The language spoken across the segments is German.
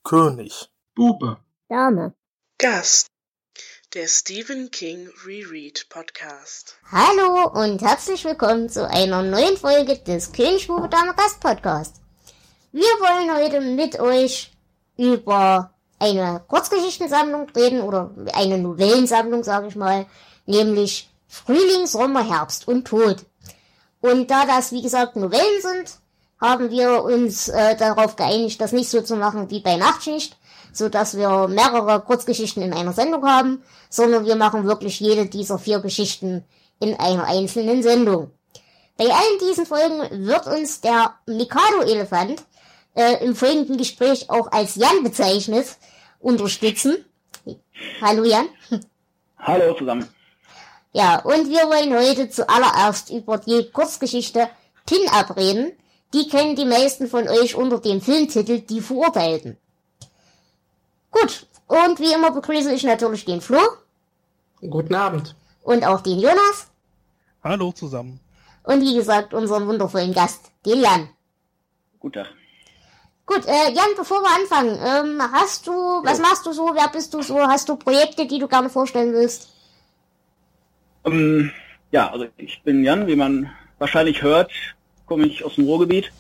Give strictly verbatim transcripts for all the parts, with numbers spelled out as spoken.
König. Bube. Dame. Gast. Der Stephen King Reread Podcast. Hallo und herzlich willkommen zu einer neuen Folge des König, Bube, Dame, Gast Podcast. Wir wollen heute mit euch über eine Kurzgeschichtensammlung reden oder eine Novellensammlung, sage ich mal, nämlich Frühling, Sommer, Herbst und Tod. Und da das, wie gesagt, Novellen sind, haben wir uns äh, darauf geeinigt, das nicht so zu machen wie bei Nachtschicht, so dass wir mehrere Kurzgeschichten in einer Sendung haben, sondern wir machen wirklich jede dieser vier Geschichten in einer einzelnen Sendung. Bei allen diesen Folgen wird uns der Mikado-Elefant äh, im folgenden Gespräch auch als Jan bezeichnet, unterstützen. Hallo Jan. Hallo zusammen. Ja, und wir wollen heute zuallererst über die Kurzgeschichte Pin-Up reden. Die kennen die meisten von euch unter dem Filmtitel Die Verurteilten. Gut, und wie immer begrüße ich natürlich den Flo. Guten Abend. Und auch den Jonas. Hallo zusammen. Und wie gesagt, unseren wundervollen Gast, den Jan. Guten Tag. Gut, äh, Jan, bevor wir anfangen, ähm, hast du, was Ja. machst du so, wer bist du so, hast du Projekte, die du gerne vorstellen willst? Ähm, ja, also ich bin Jan, wie man wahrscheinlich hört, komme ich aus dem Ruhrgebiet.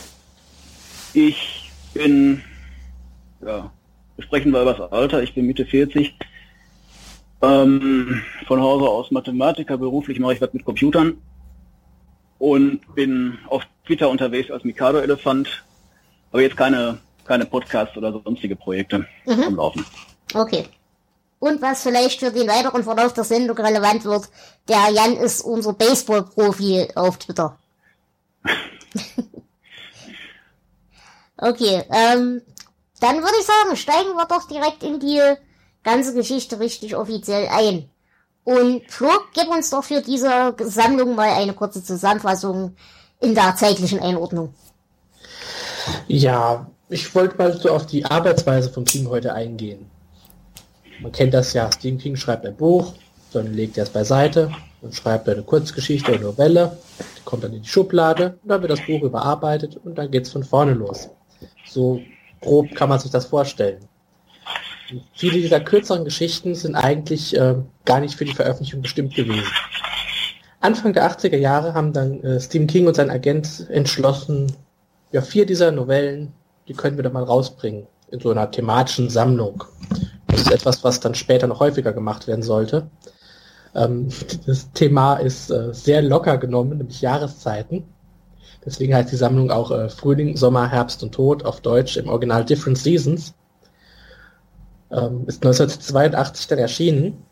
Ich bin, ja, wir sprechen mal über das Alter, ich bin Mitte vierzig. Ähm, von Hause aus Mathematiker, beruflich mache ich was mit Computern und bin auf Twitter unterwegs als Mikado-Elefant, aber jetzt keine, keine Podcasts oder sonstige Projekte Mhm. am Laufen. Okay. Und was vielleicht für den weiteren Verlauf der Sendung relevant wird, der Jan ist unser Baseball-Profi auf Twitter. Okay, ähm, dann würde ich sagen, steigen wir doch direkt in die ganze Geschichte richtig offiziell ein. Und Flo, gib uns doch für diese Sammlung mal eine kurze Zusammenfassung in der zeitlichen Einordnung. Ja, ich wollte mal so auf die Arbeitsweise von King heute eingehen. Man kennt das ja, Stephen King schreibt ein Buch, dann legt er es beiseite und schreibt eine Kurzgeschichte oder Novelle, die kommt dann in die Schublade und dann wird das Buch überarbeitet und dann geht's von vorne los. So grob kann man sich das vorstellen. Und viele dieser kürzeren Geschichten sind eigentlich äh, gar nicht für die Veröffentlichung bestimmt gewesen. Anfang der achtziger Jahre haben dann äh, Stephen King und sein Agent entschlossen, ja, vier dieser Novellen, die können wir doch mal rausbringen in so einer thematischen Sammlung. Das ist etwas, was dann später noch häufiger gemacht werden sollte. Ähm, das Thema ist äh, sehr locker genommen, nämlich Jahreszeiten. Deswegen heißt die Sammlung auch äh, Frühling, Sommer, Herbst und Tod, auf Deutsch im Original Different Seasons. Ähm, ist neunzehnhundertzweiundachtzig dann erschienen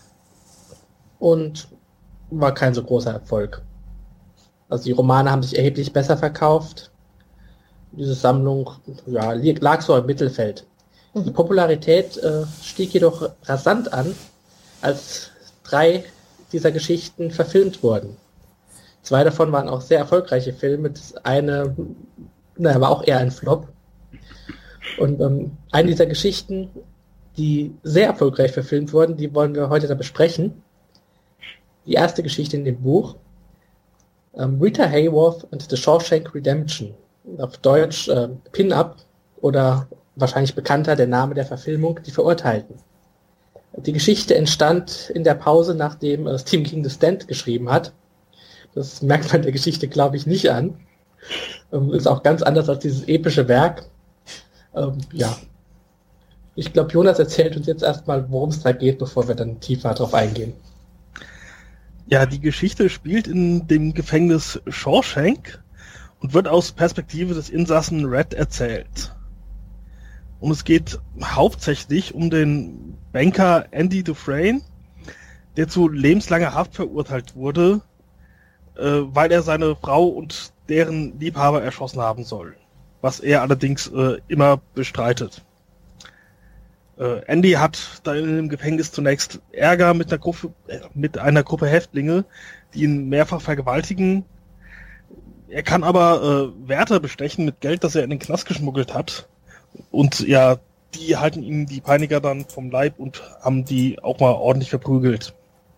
und war kein so großer Erfolg. Also die Romane haben sich erheblich besser verkauft. Diese Sammlung ja, lag so im Mittelfeld. Die Popularität äh, stieg jedoch rasant an, als drei dieser Geschichten verfilmt wurden. Zwei davon waren auch sehr erfolgreiche Filme. Das eine, naja, war auch eher ein Flop. Und ähm, eine dieser Geschichten, die sehr erfolgreich verfilmt wurden, die wollen wir heute da besprechen. Die erste Geschichte in dem Buch, ähm, Rita Hayworth and the Shawshank Redemption. Auf Deutsch äh, Pin-Up oder wahrscheinlich bekannter der Name der Verfilmung, Die Verurteilten. Die Geschichte entstand in der Pause, nachdem äh, Stephen King The Stand geschrieben hat. Das merkt man der Geschichte, glaube ich, nicht an. Ähm, ist auch ganz anders als dieses epische Werk. Ähm, ja. Ich glaube, Jonas erzählt uns jetzt erstmal, worum es da geht, bevor wir dann tiefer drauf eingehen. Ja, die Geschichte spielt in dem Gefängnis Shawshank und wird aus Perspektive des Insassen Red erzählt. Und es geht hauptsächlich um den Banker Andy Dufresne, der zu lebenslanger Haft verurteilt wurde, äh, weil er seine Frau und deren Liebhaber erschossen haben soll. Was er allerdings äh, immer bestreitet. Äh, Andy hat da in dem Gefängnis zunächst Ärger mit einer Gruppe, äh, mit einer Gruppe Häftlinge, die ihn mehrfach vergewaltigen. Er kann aber äh, Wärter bestechen mit Geld, das er in den Knast geschmuggelt hat. Und ja, die halten ihm die Peiniger dann vom Leib und haben die auch mal ordentlich verprügelt.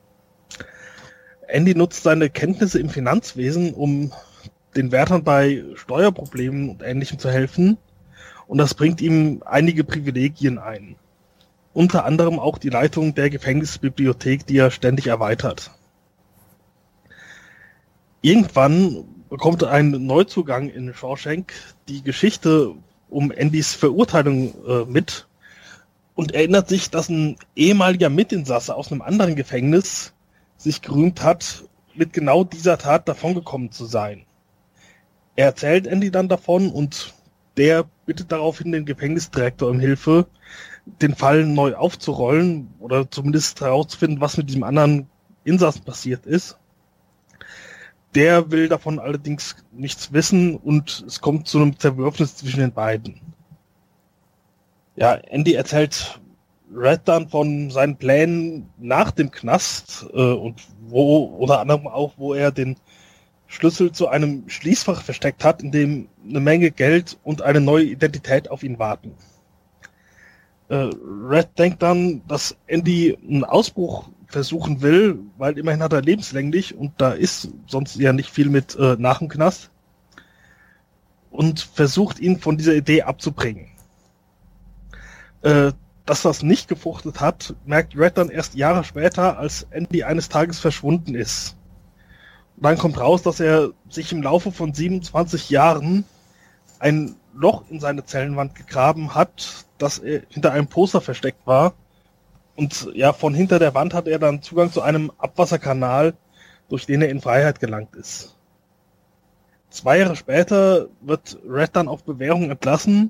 Andy nutzt seine Kenntnisse im Finanzwesen, um den Wärtern bei Steuerproblemen und Ähnlichem zu helfen und das bringt ihm einige Privilegien ein. Unter anderem auch die Leitung der Gefängnisbibliothek, die er ständig erweitert. Irgendwann bekommt ein Neuzugang in Shawshank die Geschichte um Andys Verurteilung äh, mit und erinnert sich, dass ein ehemaliger Mitinsasse aus einem anderen Gefängnis sich gerühmt hat, mit genau dieser Tat davongekommen zu sein. Er erzählt Andy dann davon und der bittet daraufhin den Gefängnisdirektor um Hilfe, den Fall neu aufzurollen oder zumindest herauszufinden, was mit diesem anderen Insassen passiert ist. Der will davon allerdings nichts wissen und es kommt zu einem Zerwürfnis zwischen den beiden. Ja, Andy erzählt Red dann von seinen Plänen nach dem Knast äh, und wo, unter anderem auch, wo er den Schlüssel zu einem Schließfach versteckt hat, in dem eine Menge Geld und eine neue Identität auf ihn warten. Äh, Red denkt dann, dass Andy einen Ausbruch versuchen will, weil immerhin hat er lebenslänglich und da ist sonst ja nicht viel mit äh, nach dem Knast und versucht ihn von dieser Idee abzubringen. Äh, dass das nicht gefruchtet hat, merkt Red dann erst Jahre später, als Andy eines Tages verschwunden ist. Und dann kommt raus, dass er sich im Laufe von siebenundzwanzig Jahren ein Loch in seine Zellenwand gegraben hat, das er hinter einem Poster versteckt war. Und ja, von hinter der Wand hat er dann Zugang zu einem Abwasserkanal, durch den er in Freiheit gelangt ist. Zwei Jahre später wird Red dann auf Bewährung entlassen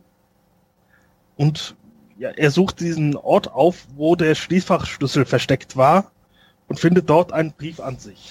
und ja, er sucht diesen Ort auf, wo der Schließfachschlüssel versteckt war und findet dort einen Brief an sich.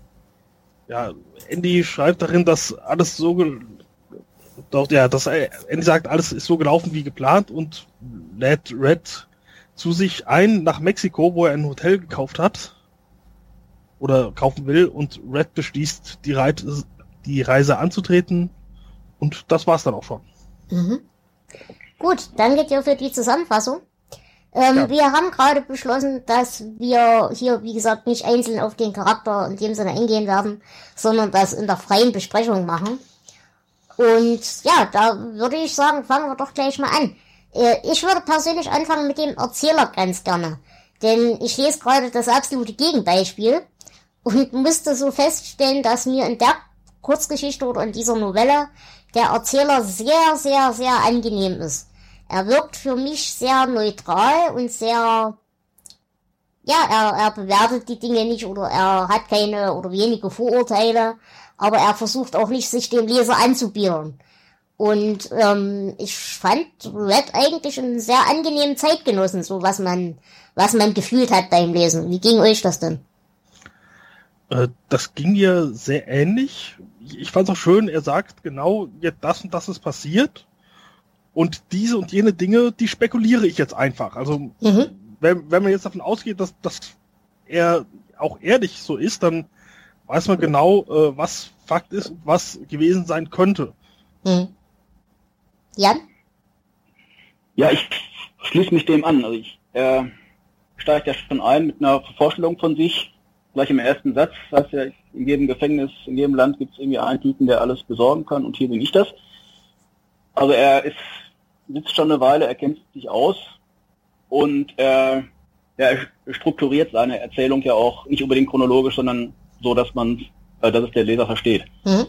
Ja, Andy schreibt darin, dass alles so ge- dort, ja, dass er, Andy sagt, alles ist so gelaufen wie geplant und lädt Red zu sich ein nach Mexiko, wo er ein Hotel gekauft hat oder kaufen will und Red beschließt, die Reise, die Reise anzutreten und das war's dann auch schon. Mhm. Gut, danke dir für die Zusammenfassung. Ähm, Ja. Wir haben gerade beschlossen, dass wir hier, wie gesagt, nicht einzeln auf den Charakter in dem Sinne eingehen werden, sondern das in der freien Besprechung machen. Und ja, da würde ich sagen, fangen wir doch gleich mal an. Äh, ich würde persönlich anfangen mit dem Erzähler ganz gerne. Denn ich lese gerade das absolute Gegenbeispiel und musste so feststellen, dass mir in der Kurzgeschichte oder in dieser Novelle der Erzähler sehr, sehr, sehr angenehm ist. Er wirkt für mich sehr neutral und sehr, ja, er, er bewertet die Dinge nicht oder er hat keine oder wenige Vorurteile, aber er versucht auch nicht, sich dem Leser anzubiedern. Und ähm, ich fand Red eigentlich einen sehr angenehmen Zeitgenossen, so was man, was man gefühlt hat beim Lesen. Wie ging euch das denn? Äh, das ging mir sehr ähnlich. Ich fand es auch schön, er sagt genau, jetzt das und das ist passiert. Und diese und jene Dinge, die spekuliere ich jetzt einfach. Also Mhm. wenn, wenn man jetzt davon ausgeht, dass, dass er auch ehrlich so ist, dann weiß man genau, äh, was Fakt ist und was gewesen sein könnte. Hm. Jan? Ja, ich schließe mich dem an. Also ich, er steigt ja schon ein mit einer Vorstellung von sich, gleich im ersten Satz. Das heißt ja, in jedem Gefängnis, in jedem Land gibt es irgendwie einen Typen, der alles besorgen kann und hier bin ich das. Also er ist, sitzt schon eine Weile, er kennt sich aus und er, er strukturiert seine Erzählung ja auch nicht unbedingt chronologisch, sondern so, dass man, äh, dass es der Leser versteht. Mhm.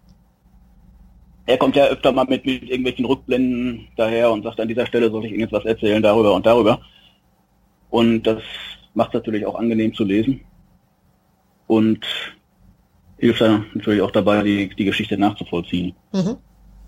Er kommt ja öfter mal mit, mit irgendwelchen Rückblenden daher und sagt, an dieser Stelle soll ich Ihnen jetzt was erzählen, darüber und darüber. Und das macht es natürlich auch angenehm zu lesen und hilft dann natürlich auch dabei, die, die Geschichte nachzuvollziehen. Mhm.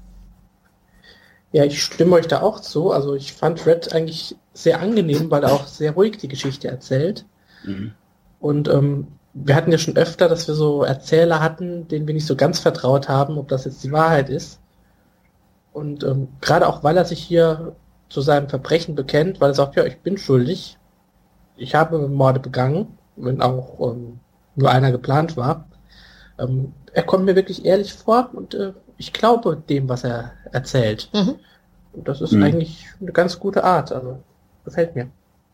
Ja, ich stimme euch da auch zu. Also ich fand Red eigentlich sehr angenehm, weil er auch sehr ruhig die Geschichte erzählt. Mhm. Und ähm, wir hatten ja schon öfter, dass wir so Erzähler hatten, denen wir nicht so ganz vertraut haben, ob das jetzt die Wahrheit ist. Und ähm, gerade auch, weil er sich hier zu seinem Verbrechen bekennt, weil er sagt, ja, ich bin schuldig. Ich habe Morde begangen, wenn auch ähm, nur einer geplant war. Ähm, er kommt mir wirklich ehrlich vor und äh, ich glaube dem, was er erzählt. Mhm. Und das ist Mhm. eigentlich eine ganz gute Art. Also gefällt mir.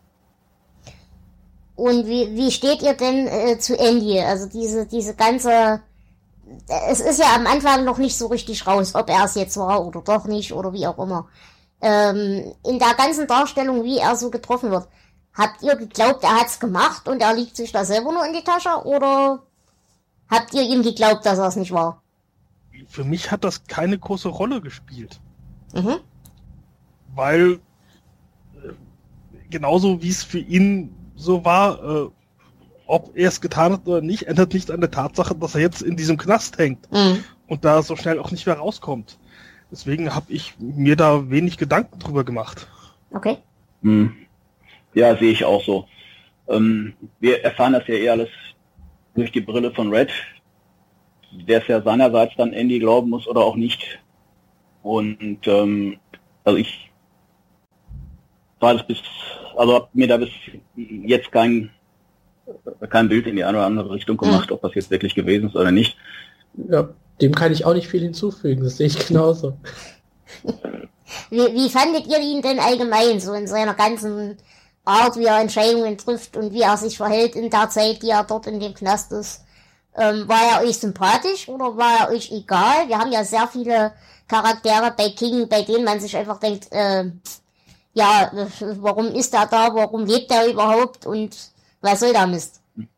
Und wie, wie steht ihr denn äh, zu Andy? Also diese, diese ganze, es ist ja am Anfang noch nicht so richtig raus, ob er es jetzt war oder doch nicht oder wie auch immer. ähm, in der ganzen Darstellung, wie er so getroffen wird, habt ihr geglaubt, er hat's gemacht und er liegt sich da selber nur in die Tasche, oder habt ihr ihm geglaubt, dass er es nicht war? Für mich hat das keine große Rolle gespielt. Mhm. Weil äh, genauso wie es für ihn so war, äh, ob er es getan hat oder nicht, ändert nichts an der Tatsache, dass er jetzt in diesem Knast hängt Mhm. und da so schnell auch nicht mehr rauskommt. Deswegen habe ich mir da wenig Gedanken drüber gemacht. Okay. Hm. Ja, sehe ich auch so. Ähm, wir erfahren das ja eher alles durch die Brille von Red, der es ja seinerseits dann Andy glauben muss oder auch nicht. Und ähm, also ich war das bis, also hab mir da bis jetzt kein kein Bild in die eine oder andere Richtung gemacht, ob das jetzt wirklich gewesen ist oder nicht. Ja, dem kann ich auch nicht viel hinzufügen, das sehe ich genauso. Wie, wie fandet ihr ihn denn allgemein, so in seiner ganzen Art, wie er Entscheidungen trifft und wie er sich verhält in der Zeit, die er dort in dem Knast ist? Ähm, war er euch sympathisch oder war er euch egal? Wir haben ja sehr viele Charaktere bei King, bei denen man sich einfach denkt, äh, ja, warum ist er da, warum lebt er überhaupt und was soll der Mist?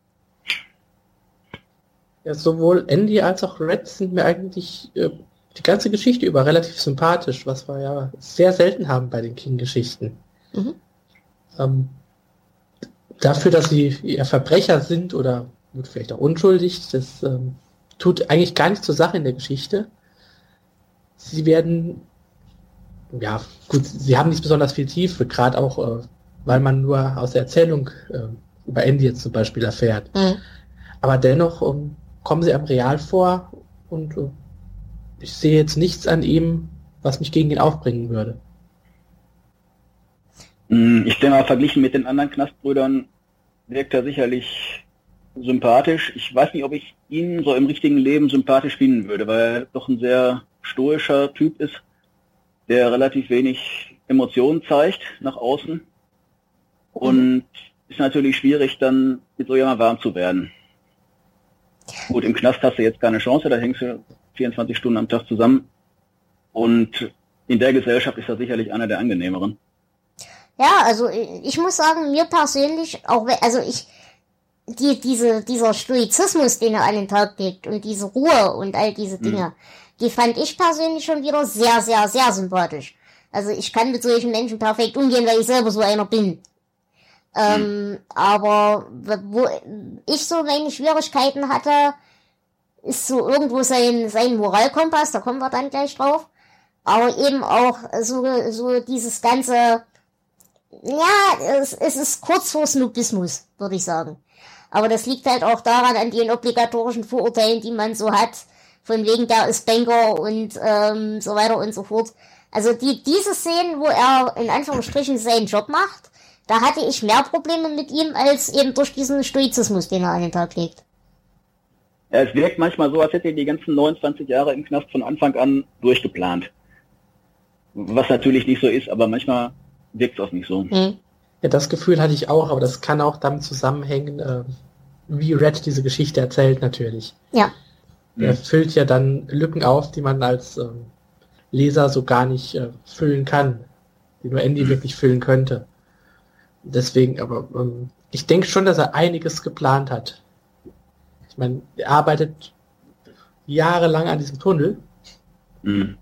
Ja, sowohl Andy als auch Red sind mir eigentlich äh, die ganze Geschichte über relativ sympathisch, was wir ja sehr selten haben bei den King-Geschichten. Mhm. Ähm, dafür, dass sie ja Verbrecher sind oder gut, vielleicht auch unschuldig, das ähm, tut eigentlich gar nichts zur Sache in der Geschichte. Sie werden, ja gut, sie haben nicht besonders viel Tiefe, gerade auch, äh, weil man nur aus der Erzählung äh, über Andy jetzt zum Beispiel erfährt. Mhm. Aber dennoch ähm, kommen sie einem real vor und äh, ich sehe jetzt nichts an ihm, was mich gegen ihn aufbringen würde. Ich denke mal, verglichen mit den anderen Knastbrüdern wirkt er sicherlich sympathisch. Ich weiß nicht, ob ich ihn so im richtigen Leben sympathisch finden würde, weil er doch ein sehr stoischer Typ ist, der relativ wenig Emotionen zeigt nach außen. Und mhm. ist natürlich schwierig, dann mit so jemandem warm zu werden. Gut, im Knast hast du jetzt keine Chance, da hängst du vierundzwanzig Stunden am Tag zusammen. Und in der Gesellschaft ist er sicherlich einer der angenehmeren. Ja, also ich muss sagen, mir persönlich, auch wenn, also ich, die, diese, dieser Stoizismus, den er an den Tag legt und diese Ruhe und all diese Dinge, mhm. die fand ich persönlich schon wieder sehr, sehr, sehr sympathisch. Also ich kann mit solchen Menschen perfekt umgehen, weil ich selber so einer bin. Ähm, mhm. aber wo ich so meine Schwierigkeiten hatte, ist so irgendwo sein, sein Moralkompass, da kommen wir dann gleich drauf. Aber eben auch so, so dieses ganze, ja, es, es ist kurz vor Snobismus, würde ich sagen. Aber das liegt halt auch daran, an den obligatorischen Vorurteilen, die man so hat, von wegen der ist Banker und ähm, so weiter und so fort. Also die diese Szenen, wo er in Anführungsstrichen seinen Job macht, da hatte ich mehr Probleme mit ihm, als eben durch diesen Stoizismus, den er an den Tag legt. Ja, es wirkt manchmal so, als hätte er die ganzen neunundzwanzig Jahre im Knast von Anfang an durchgeplant. Was natürlich nicht so ist, aber manchmal wirkt es auch nicht so. Mhm. Ja, das Gefühl hatte ich auch, aber das kann auch damit zusammenhängen, äh, wie Red diese Geschichte erzählt natürlich. Ja. Er mhm. füllt ja dann Lücken auf, die man als äh, Leser so gar nicht äh, füllen kann, die nur Andy mhm. wirklich füllen könnte. Deswegen, aber ähm, ich denke schon, dass er einiges geplant hat. Ich meine, er arbeitet jahrelang an diesem Tunnel. Mhm.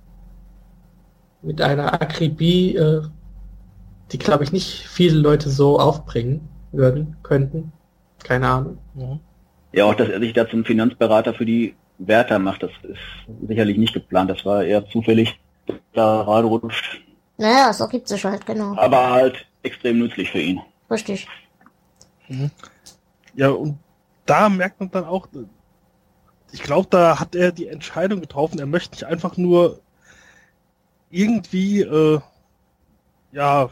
Mit einer Akribie, äh, die, glaube ich, nicht viele Leute so aufbringen würden, könnten. Keine Ahnung. Ja. ja, auch, dass er sich da zum Finanzberater für die Wärter macht, das ist sicherlich nicht geplant. Das war eher zufällig da reinrutscht. Naja, das ergibt sich halt, genau. Aber halt extrem nützlich für ihn. Richtig. Mhm. Ja, und da merkt man dann auch, ich glaube, da hat er die Entscheidung getroffen, er möchte nicht einfach nur irgendwie, äh, ja,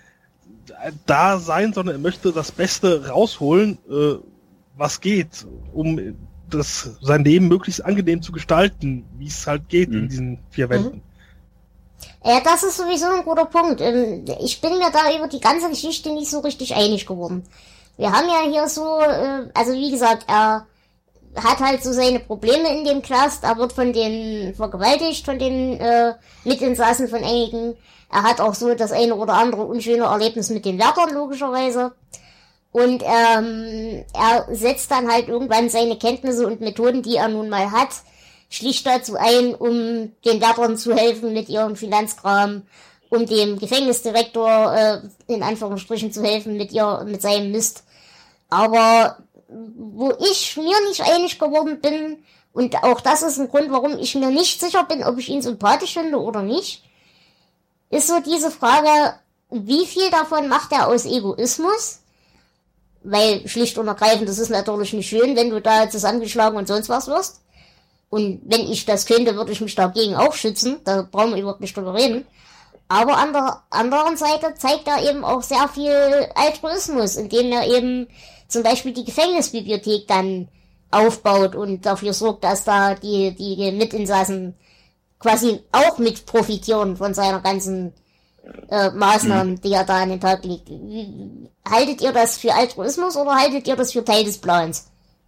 da sein, sondern er möchte das Beste rausholen, äh, was geht, um das, sein Leben möglichst angenehm zu gestalten, wie es halt geht mhm. in diesen vier Wänden. Mhm. Ja, das ist sowieso ein guter Punkt. Ich bin mir da über die ganze Geschichte nicht so richtig einig geworden. Wir haben ja hier so, also wie gesagt, er, hat halt so seine Probleme in dem Knast. Er wird von den vergewaltigt, von den äh, Mitinsassen, von einigen. Er hat auch so das eine oder andere unschöne Erlebnis mit den Wärtern, logischerweise. Und ähm, er setzt dann halt irgendwann seine Kenntnisse und Methoden, die er nun mal hat, schlicht dazu ein, um den Wärtern zu helfen mit ihrem Finanzkram, um dem Gefängnisdirektor äh, in Anführungsstrichen zu helfen mit ihr mit seinem Mist. Aber wo ich mir nicht einig geworden bin, und auch das ist ein Grund, warum ich mir nicht sicher bin, ob ich ihn sympathisch finde oder nicht, ist so diese Frage, wie viel davon macht er aus Egoismus? Weil schlicht und ergreifend, das ist natürlich nicht schön, wenn du da zusammengeschlagen und sonst was wirst. Und wenn ich das könnte, würde ich mich dagegen auch schützen. Da brauchen wir überhaupt nicht drüber reden. Aber an der anderen Seite zeigt er eben auch sehr viel Altruismus, indem er eben zum Beispiel die Gefängnisbibliothek dann aufbaut und dafür sorgt, dass da die, die Mitinsassen quasi auch mit profitieren von seiner ganzen äh, Maßnahmen, die er da an den Tag legt. Wie, haltet ihr das für Altruismus oder haltet ihr das für Teil des Plans?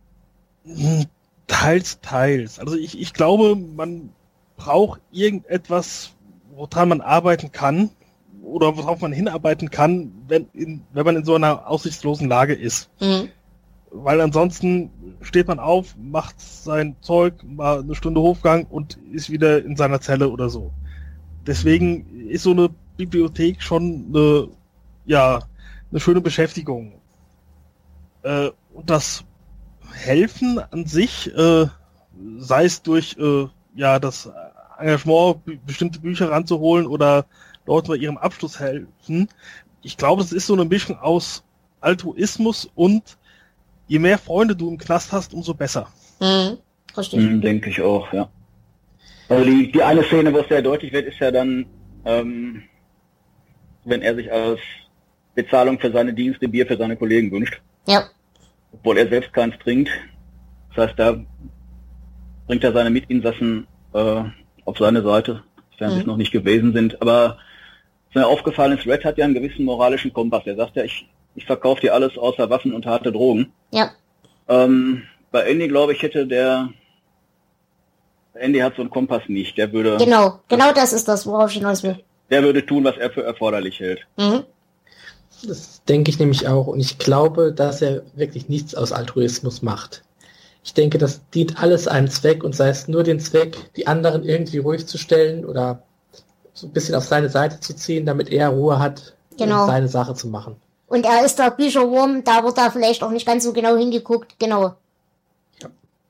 Teils, teils. Also ich, ich glaube, man braucht irgendetwas, woran man arbeiten kann oder worauf man hinarbeiten kann, wenn, in, wenn man in so einer aussichtslosen Lage ist. Mhm. Weil ansonsten steht man auf, macht sein Zeug, mal eine Stunde Hofgang und ist wieder in seiner Zelle oder so. Deswegen ist so eine Bibliothek schon eine, ja, eine schöne Beschäftigung. Äh, und das Helfen an sich, äh, sei es durch äh, ja das Engagement, b- bestimmte Bücher ranzuholen oder Leuten bei ihrem Abschluss helfen. Ich glaube, das ist so eine Mischung aus Altruismus und je mehr Freunde du im Knast hast, umso besser. Mhm, richtig. Mhm, denke ich auch, ja. Also die, die eine Szene, wo es sehr deutlich wird, ist ja dann, ähm, wenn er sich als Bezahlung für seine Dienste Bier für seine Kollegen wünscht. Ja. Obwohl er selbst keins trinkt. Das heißt, da bringt er seine Mitinsassen äh, auf seine Seite, sofern sie es noch nicht gewesen sind. Aber was mir aufgefallen ist, Red hat ja einen gewissen moralischen Kompass. Er sagt ja, ich, ich verkaufe dir alles außer Waffen und harte Drogen. Ja. Ähm, bei Andy, glaube ich, hätte der Andy hat so einen Kompass nicht. Der würde... Genau, genau das ist das, worauf ich hinaus will. Der würde tun, was er für erforderlich hält. Mhm. Das denke ich nämlich auch. Und ich glaube, dass er wirklich nichts aus Altruismus macht. Ich denke, das dient alles einem Zweck und sei es nur den Zweck, die anderen irgendwie ruhig zu stellen oder so ein bisschen auf seine Seite zu ziehen, damit er Ruhe hat, genau, seine Sache zu machen. Und er ist der Bücherwurm, da wird da vielleicht auch nicht ganz so genau hingeguckt. Genau. Ja.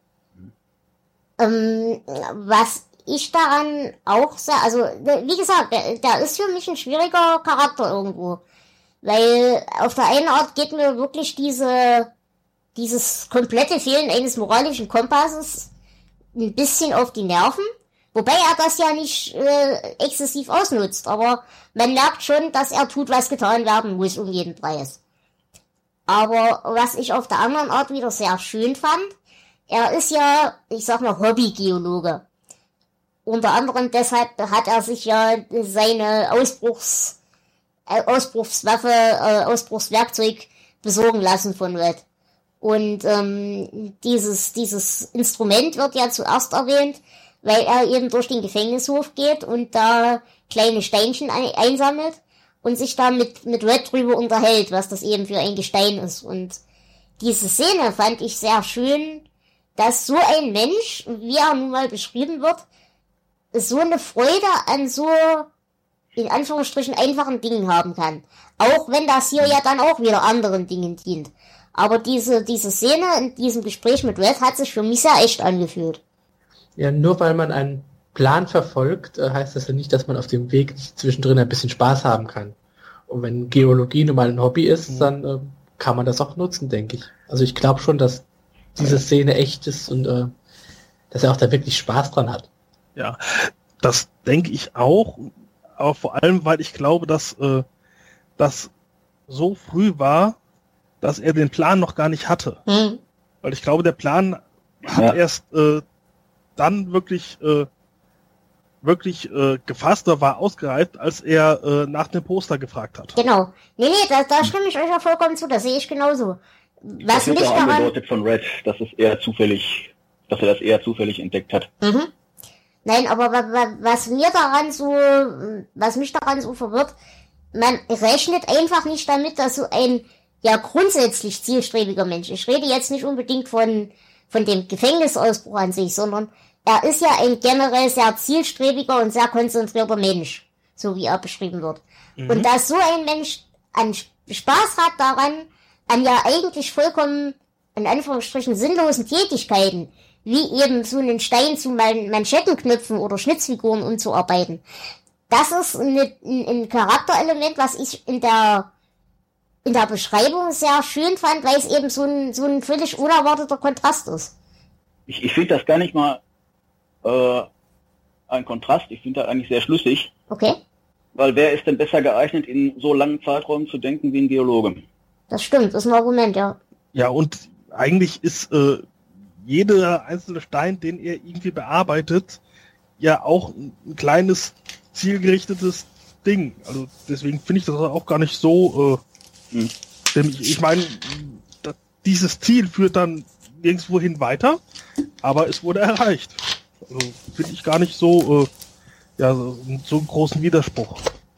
Ähm, was ich daran auch sehr, also wie gesagt, der, der ist für mich ein schwieriger Charakter irgendwo. Weil auf der einen Art geht mir wirklich diese, dieses komplette Fehlen eines moralischen Kompasses ein bisschen auf die Nerven. Wobei er das ja nicht äh, exzessiv ausnutzt. Aber man merkt schon, dass er tut, was getan werden muss, um jeden Preis. Aber was ich auf der anderen Art wieder sehr schön fand, er ist ja, ich sag mal, Hobbygeologe. Unter anderem deshalb hat er sich ja seine Ausbruchs Ausbruchswaffe, äh, Ausbruchswerkzeug besorgen lassen von Red. Und ähm, dieses dieses Instrument wird ja zuerst erwähnt, weil er eben durch den Gefängnishof geht und da kleine Steinchen ein- einsammelt und sich da mit, mit Red drüber unterhält, was das eben für ein Gestein ist. Und diese Szene fand ich sehr schön, dass so ein Mensch, wie er nun mal beschrieben wird, so eine Freude an so in Anführungsstrichen einfachen Dingen haben kann. Auch wenn das hier ja dann auch wieder anderen Dingen dient. Aber diese, diese Szene in diesem Gespräch mit Red hat sich für mich sehr echt angefühlt. Ja, nur weil man einen Plan verfolgt, heißt das ja nicht, dass man auf dem Weg zwischendrin ein bisschen Spaß haben kann. Und wenn Geologie nun mal ein Hobby ist, mhm. dann äh, kann man das auch nutzen, denke ich. Also ich glaube schon, dass diese Szene echt ist und äh, dass er auch da wirklich Spaß dran hat. Ja, das denke ich auch. Aber vor allem, weil ich glaube, dass äh, das so früh war, dass er den Plan noch gar nicht hatte. Mhm. Weil ich glaube, der Plan hat ja. erst äh, dann wirklich äh, wirklich äh, gefasst oder war ausgereift, als er äh, nach dem Poster gefragt hat. Genau. Nee, nee, da, da stimme ich euch ja vollkommen zu, das sehe ich genauso. Was das wird mich auch daran... angedeutet von Red, dass es eher zufällig, dass er das eher zufällig entdeckt hat. Mhm. Nein, aber wa- wa- was mir daran so, was mich daran so verwirrt, man rechnet einfach nicht damit, dass so ein ja grundsätzlich zielstrebiger Mensch, ich rede jetzt nicht unbedingt von von dem Gefängnisausbruch an sich, sondern er ist ja ein generell sehr zielstrebiger und sehr konzentrierter Mensch, so wie er beschrieben wird. Mhm. Und dass so ein Mensch an Spaß hat daran, an ja eigentlich vollkommen, in Anführungsstrichen, sinnlosen Tätigkeiten, wie eben so einen Stein zu Man- Manschettenknöpfen oder Schnitzfiguren umzuarbeiten. Das ist eine, ein, ein Charakterelement, was ich in der in der Beschreibung sehr schön fand, weil es eben so ein, so ein völlig unerwarteter Kontrast ist. Ich, ich finde das gar nicht mal äh, ein Kontrast, ich finde das eigentlich sehr schlüssig. Okay. Weil wer ist denn besser geeignet, in so langen Zeiträumen zu denken wie ein Geologe? Das stimmt, ist ein Argument, ja. Ja, und eigentlich ist äh, jeder einzelne Stein, den er irgendwie bearbeitet, ja auch ein kleines, zielgerichtetes Ding. Also deswegen finde ich das auch gar nicht so... Äh, hm. Denn ich, ich meine, dieses Ziel führt dann nirgendwohin weiter, aber es wurde erreicht. Also finde ich gar nicht so, äh, ja, so, so einen großen Widerspruch.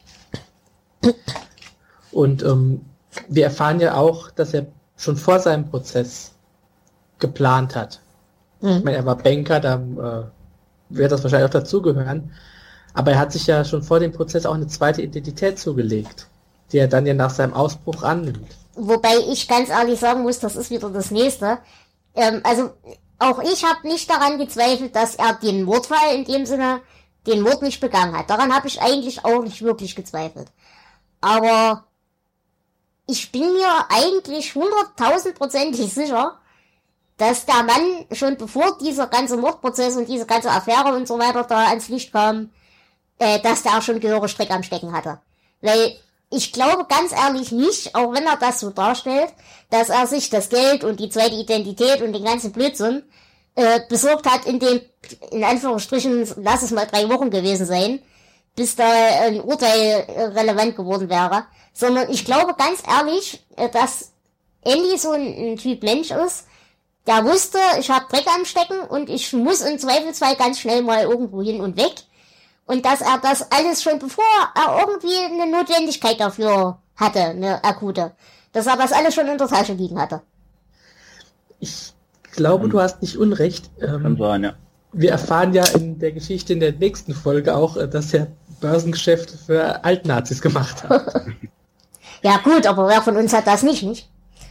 Und ähm, wir erfahren ja auch, dass er schon vor seinem Prozess geplant hat. Mhm. Ich meine, er war Banker, da äh, wird das wahrscheinlich auch dazugehören. Aber er hat sich ja schon vor dem Prozess auch eine zweite Identität zugelegt, die er dann ja nach seinem Ausbruch annimmt. Wobei ich ganz ehrlich sagen muss, das ist wieder das Nächste. Ähm, also auch ich habe nicht daran gezweifelt, dass er den Mordfall in dem Sinne, den Mord nicht begangen hat. Daran habe ich eigentlich auch nicht wirklich gezweifelt. Aber ich bin mir eigentlich hunderttausendprozentig sicher, dass der Mann schon bevor dieser ganze Mordprozess und diese ganze Affäre und so weiter da ans Licht kam, äh, dass der auch schon gehörig Strick am Stecken hatte. Weil ich glaube ganz ehrlich nicht, auch wenn er das so darstellt, dass er sich das Geld und die zweite Identität und den ganzen Blödsinn äh, besorgt hat, in dem, in Anführungsstrichen, lass es mal drei Wochen gewesen sein, bis da ein Urteil äh, relevant geworden wäre. Sondern ich glaube ganz ehrlich, äh, dass Andy so ein, ein Typ Mensch ist, der wusste, ich habe Dreck am Stecken und ich muss im Zweifelsfall ganz schnell mal irgendwo hin und weg. Und dass er das alles schon bevor er irgendwie eine Notwendigkeit dafür hatte, eine akute, dass er das alles schon in der Tasche liegen hatte. Ich glaube, hm. du hast nicht Unrecht. Ähm, Kann sein, ja. Wir erfahren ja in der Geschichte in der nächsten Folge auch, dass er Börsengeschäfte für Altnazis gemacht hat. Ja gut, aber wer von uns hat das nicht, nicht?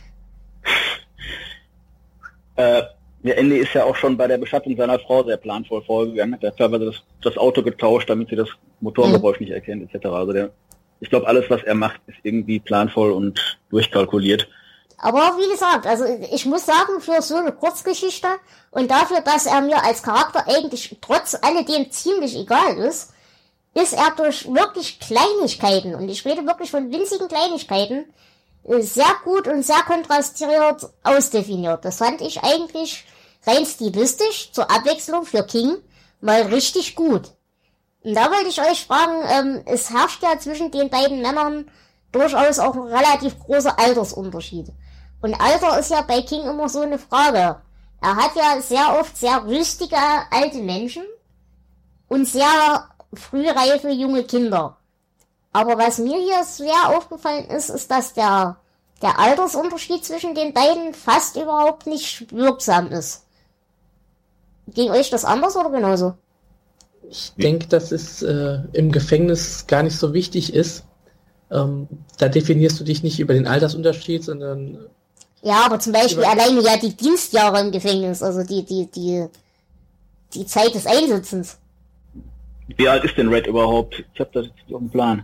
Äh, der Andy ist ja auch schon bei der Bestattung seiner Frau sehr planvoll vorgegangen. Der hat teilweise das, das Auto getauscht, damit sie das Motorgeräusch mhm. nicht erkennt, et cetera. Also der, ich glaube, alles, was er macht, ist irgendwie planvoll und durchkalkuliert. Aber wie gesagt, also ich muss sagen, für so eine Kurzgeschichte und dafür, dass er mir als Charakter eigentlich trotz alledem ziemlich egal ist, ist er durch wirklich Kleinigkeiten, und ich rede wirklich von winzigen Kleinigkeiten, sehr gut und sehr kontrastiert ausdefiniert. Das fand ich eigentlich rein stilistisch zur Abwechslung für King mal richtig gut. Und da wollte ich euch fragen, ähm, es herrscht ja zwischen den beiden Männern durchaus auch ein relativ großer Altersunterschied. Und Alter ist ja bei King immer so eine Frage. Er hat ja sehr oft sehr rüstige alte Menschen und sehr frühreife junge Kinder. Aber was mir hier sehr aufgefallen ist, ist, dass der, der Altersunterschied zwischen den beiden fast überhaupt nicht wirksam ist. Ging euch das anders oder genauso? Ich denke, dass es äh, im Gefängnis gar nicht so wichtig ist. Ähm, da definierst du dich nicht über den Altersunterschied, sondern... Ja, aber zum Beispiel alleine ja die Dienstjahre im Gefängnis, also die, die, die, die Zeit des Einsitzens. Wie alt ist denn Red überhaupt? Ich habe das jetzt auf dem Plan.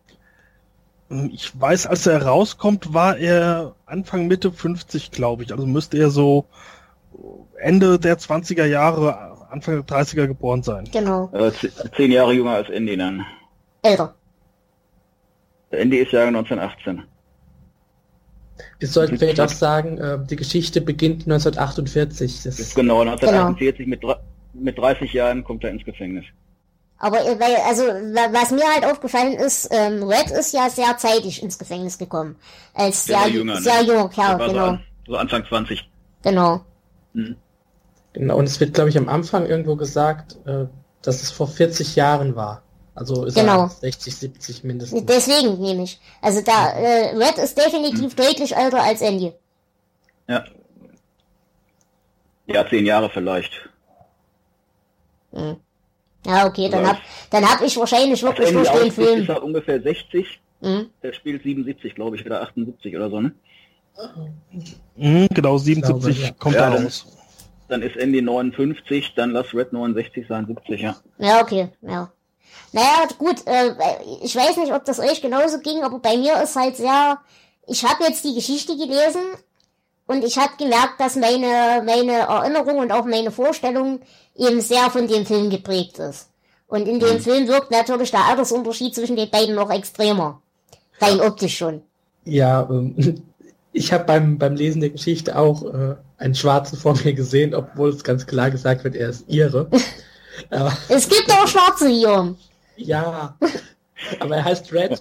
Ich weiß, als er rauskommt, war er Anfang Mitte fünfzig, glaube ich. Also müsste er so Ende der zwanziger Jahre, Anfang der dreißiger geboren sein. Genau. Äh, zehn Jahre jünger als Andy dann. Älter. Der Andy ist Jahrgang neunzehnhundertachtzehn. Wir sollten vielleicht auch sagen, äh, die Geschichte beginnt neunzehnhundertachtundvierzig. Das ist genau, neunzehnhundertachtundvierzig genau. Mit, mit dreißig Jahren kommt er ins Gefängnis. Aber weil, also was mir halt aufgefallen ist, ähm, Red ist ja sehr zeitig ins Gefängnis gekommen. Als sehr, sehr, jünger, sehr ne? junger Kerl, der genau. So, so Anfang zwanzig. Genau. Hm. Genau, und es wird, glaube ich, am Anfang irgendwo gesagt, äh, dass es vor vierzig Jahren war. Also ist Genau. er sechzig, siebzig mindestens. Deswegen nämlich. Also da, äh, Red ist definitiv hm. deutlich älter als Andy. Ja. Ja, zehn Jahre vielleicht. Hm. Ja, okay, dann hab, dann hab ich wahrscheinlich wirklich durch den Film. Ist er ungefähr sechzig. Mhm. Der spielt siebenundsiebzig, glaube ich, oder achtundsiebzig oder so, ne? Mhm, genau, siebenundsiebzig glaube, ja. kommt ja, da dann, raus. Dann ist Andy neunundfünfzig, dann lass Red neunundsechzig sein, siebzig, ja. Ja, okay, ja. Naja, gut, äh, ich weiß nicht, ob das euch genauso ging, aber bei mir ist halt sehr, ich habe jetzt die Geschichte gelesen und ich habe gemerkt, dass meine, meine Erinnerung und auch meine Vorstellung eben sehr von dem Film geprägt ist. Und in dem mhm. Film wirkt natürlich der Altersunterschied zwischen den beiden noch extremer. Rein optisch schon. Ja, ähm, ich habe beim, beim Lesen der Geschichte auch äh, einen Schwarzen vor mir gesehen, obwohl es ganz klar gesagt wird, er ist Ire. Aber, es gibt auch Schwarze hier. Ja, aber er heißt Red.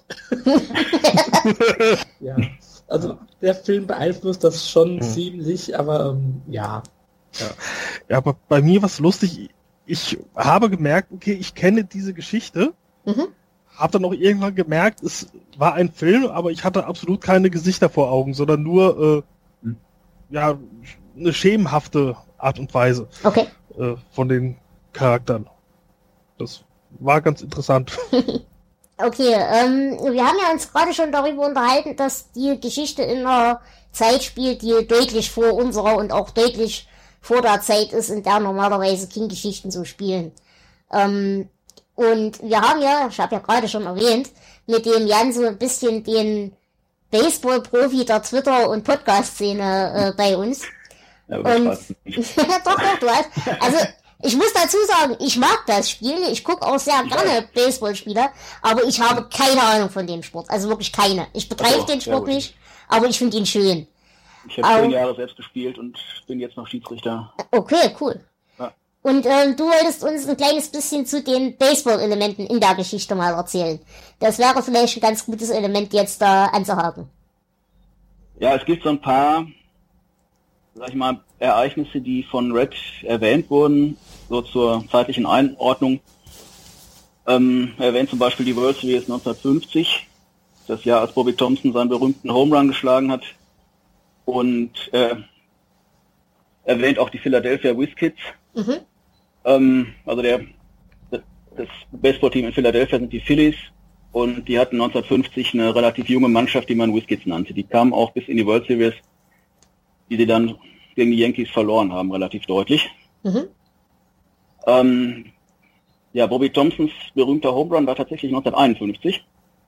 Ja, also der Film beeinflusst das schon mhm. ziemlich, aber ähm, ja. ja. Ja, aber bei mir war es lustig, ich habe gemerkt, okay, ich kenne diese Geschichte, mhm. habe dann auch irgendwann gemerkt, es war ein Film, aber ich hatte absolut keine Gesichter vor Augen, sondern nur äh, mhm. ja eine schemenhafte Art und Weise okay. äh, von den Charakteren. Das war ganz interessant. Okay, ähm, wir haben ja uns gerade schon darüber unterhalten, dass die Geschichte in einer Zeit spielt, die deutlich vor unserer und auch deutlich vor der Zeit ist, in der normalerweise King-Geschichten so spielen. Ähm, und wir haben ja, ich habe ja gerade schon erwähnt, mit dem Jan so ein bisschen den Baseball-Profi der Twitter- und Podcast-Szene äh, bei uns. Ja, und doch, doch, du hast, also ich muss dazu sagen, ich mag das Spiel, ich gucke auch sehr gerne Baseballspiele, aber ich habe keine Ahnung von dem Sport, also wirklich keine. Ich betreibe den Sport nicht, aber ich finde ihn schön. Ich habe zehn Jahre selbst gespielt und bin jetzt noch Schiedsrichter. Okay, cool. Ja. Und ähm, du wolltest uns ein kleines bisschen zu den Baseball-Elementen in der Geschichte mal erzählen. Das wäre vielleicht ein ganz gutes Element jetzt da anzuhaken. Ja, es gibt so ein paar, sag ich mal, Ereignisse, die von Red erwähnt wurden, so zur zeitlichen Einordnung. Ähm, er erwähnt zum Beispiel die World Series neunzehnhundertfünfzig, das Jahr, als Bobby Thompson seinen berühmten Home Run geschlagen hat. Und äh, erwähnt auch die Philadelphia Whiz-Kids. Mhm. Ähm, also der das Baseballteam in Philadelphia sind die Phillies und die hatten neunzehnhundertfünfzig eine relativ junge Mannschaft, die man Whiz-Kids nannte. Die kamen auch bis in die World Series, die sie dann gegen die Yankees verloren haben, relativ deutlich. Mhm. Ähm, ja, Bobby Thompsons berühmter Home Run war tatsächlich neunzehnhunderteinundfünfzig.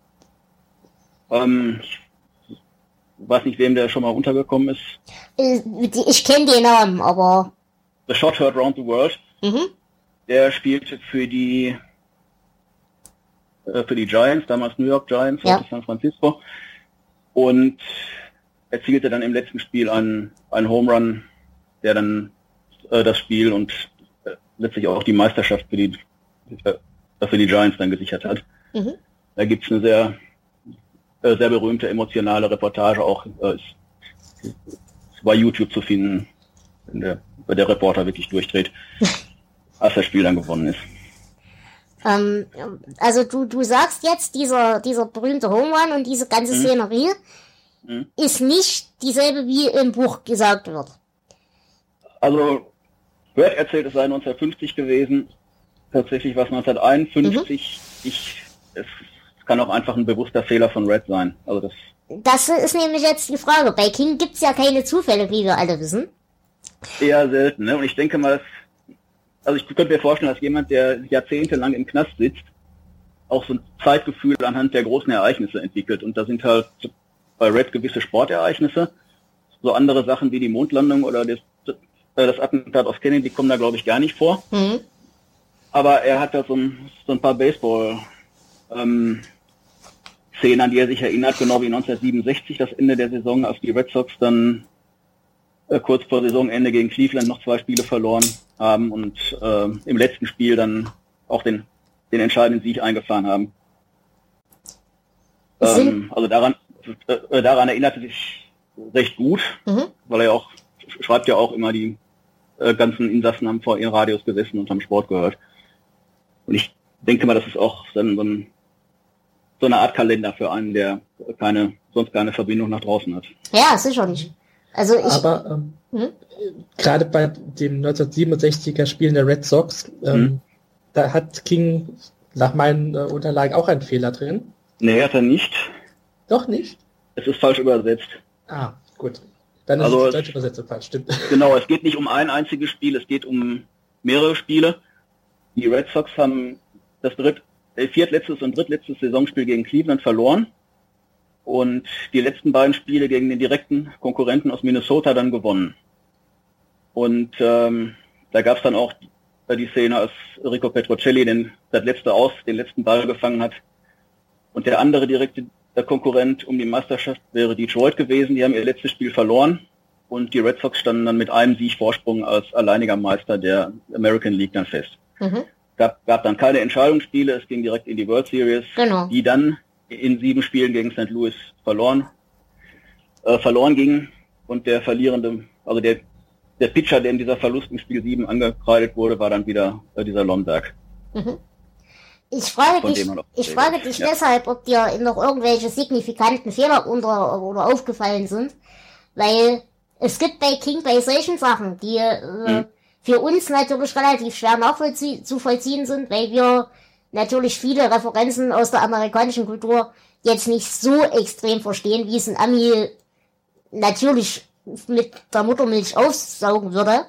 Ähm, ich weiß nicht, wem der schon mal untergekommen ist. Ich kenne den Namen, aber... The Shot Heard Round the World. Mhm. Der spielte für die äh, für die Giants, damals New York Giants, ja. San Francisco. Und erzielte dann im letzten Spiel einen, einen Home Run, der dann äh, das Spiel und äh, letztlich auch die Meisterschaft für die, äh, für die Giants dann gesichert hat. Mhm. Da gibt es eine sehr äh, sehr berühmte emotionale Reportage auch äh, ist, ist bei YouTube zu finden, in der, bei der Reporter wirklich durchdreht, als das Spiel dann gewonnen ist. Ähm, also du du sagst jetzt, dieser dieser berühmte Home Run und diese ganze mhm. Szenerie mhm. ist nicht dieselbe, wie im Buch gesagt wird. Also, Red erzählt, es sei neunzehnhundertfünfzig gewesen. Tatsächlich war es neunzehnhunderteinundfünfzig. Mhm. Ich, es kann auch einfach ein bewusster Fehler von Red sein. Also das, das ist nämlich jetzt die Frage. Bei King gibt's ja keine Zufälle, wie wir alle wissen. Eher selten, ne? Und ich denke mal, also ich könnte mir vorstellen, dass jemand, der jahrzehntelang im Knast sitzt, auch so ein Zeitgefühl anhand der großen Ereignisse entwickelt. Und da sind halt bei Red gewisse Sportereignisse, so andere Sachen wie die Mondlandung oder das, das Attentat auf Kennedy kommen da, glaube ich, gar nicht vor. Mhm. Aber er hat da so ein, so ein paar Baseball ähm, Szenen, an die er sich erinnert, genau wie neunzehnhundertsiebenundsechzig, das Ende der Saison, als die Red Sox dann äh, kurz vor Saisonende gegen Cleveland noch zwei Spiele verloren haben und äh, im letzten Spiel dann auch den, den entscheidenden Sieg eingefahren haben. Ähm, also daran, äh, daran erinnerte sich recht gut, mhm. weil er auch, schreibt ja auch immer, die äh, ganzen Insassen haben vor ihren Radios gesessen und haben Sport gehört. Und ich denke mal, das ist auch so, ein, so, ein, so eine Art Kalender für einen, der keine, sonst keine Verbindung nach draußen hat. Ja, sicherlich. Also ich, Aber ähm, hm? gerade bei dem neunzehnhundertsiebenundsechziger Spielen der Red Sox, ähm, hm? da hat King nach meinen äh, Unterlagen auch einen Fehler drin. Nee, hat er nicht. Doch nicht? Es ist falsch übersetzt. Ah, gut. Dann ist also die deutsche Übersetzung falsch, stimmt. Genau, es geht nicht um ein einziges Spiel, es geht um mehrere Spiele. Die Red Sox haben das dritt, äh, viertletztes und drittletztes Saisonspiel gegen Cleveland verloren und die letzten beiden Spiele gegen den direkten Konkurrenten aus Minnesota dann gewonnen. Und ähm, da gab es dann auch die Szene, als Rico Petrocelli den, das letzte aus, den letzten Ball gefangen hat. Und der andere direkte der Konkurrent um die Meisterschaft wäre Detroit gewesen. Die haben ihr letztes Spiel verloren und die Red Sox standen dann mit einem Sieg Vorsprung als alleiniger Meister der American League dann fest. Mhm. Gab, gab dann keine Entscheidungsspiele, es ging direkt in die World Series, genau. Die dann in sieben Spielen gegen Sankt Louis verloren, äh, verloren ging und der Verlierende, also der, der Pitcher, der in dieser Verlust im Spiel sieben angekreidet wurde, war dann wieder äh, dieser Lomberg. Mhm. Ich frage dich, ich frage dich ja. deshalb, ob dir noch irgendwelche signifikanten Fehler unter oder aufgefallen sind, weil es gibt bei King bei solchen Sachen, die äh, hm. für uns natürlich relativ schwer nachzuvollziehen sind, weil wir natürlich viele Referenzen aus der amerikanischen Kultur jetzt nicht so extrem verstehen, wie es ein Ami natürlich mit der Muttermilch aufsaugen würde.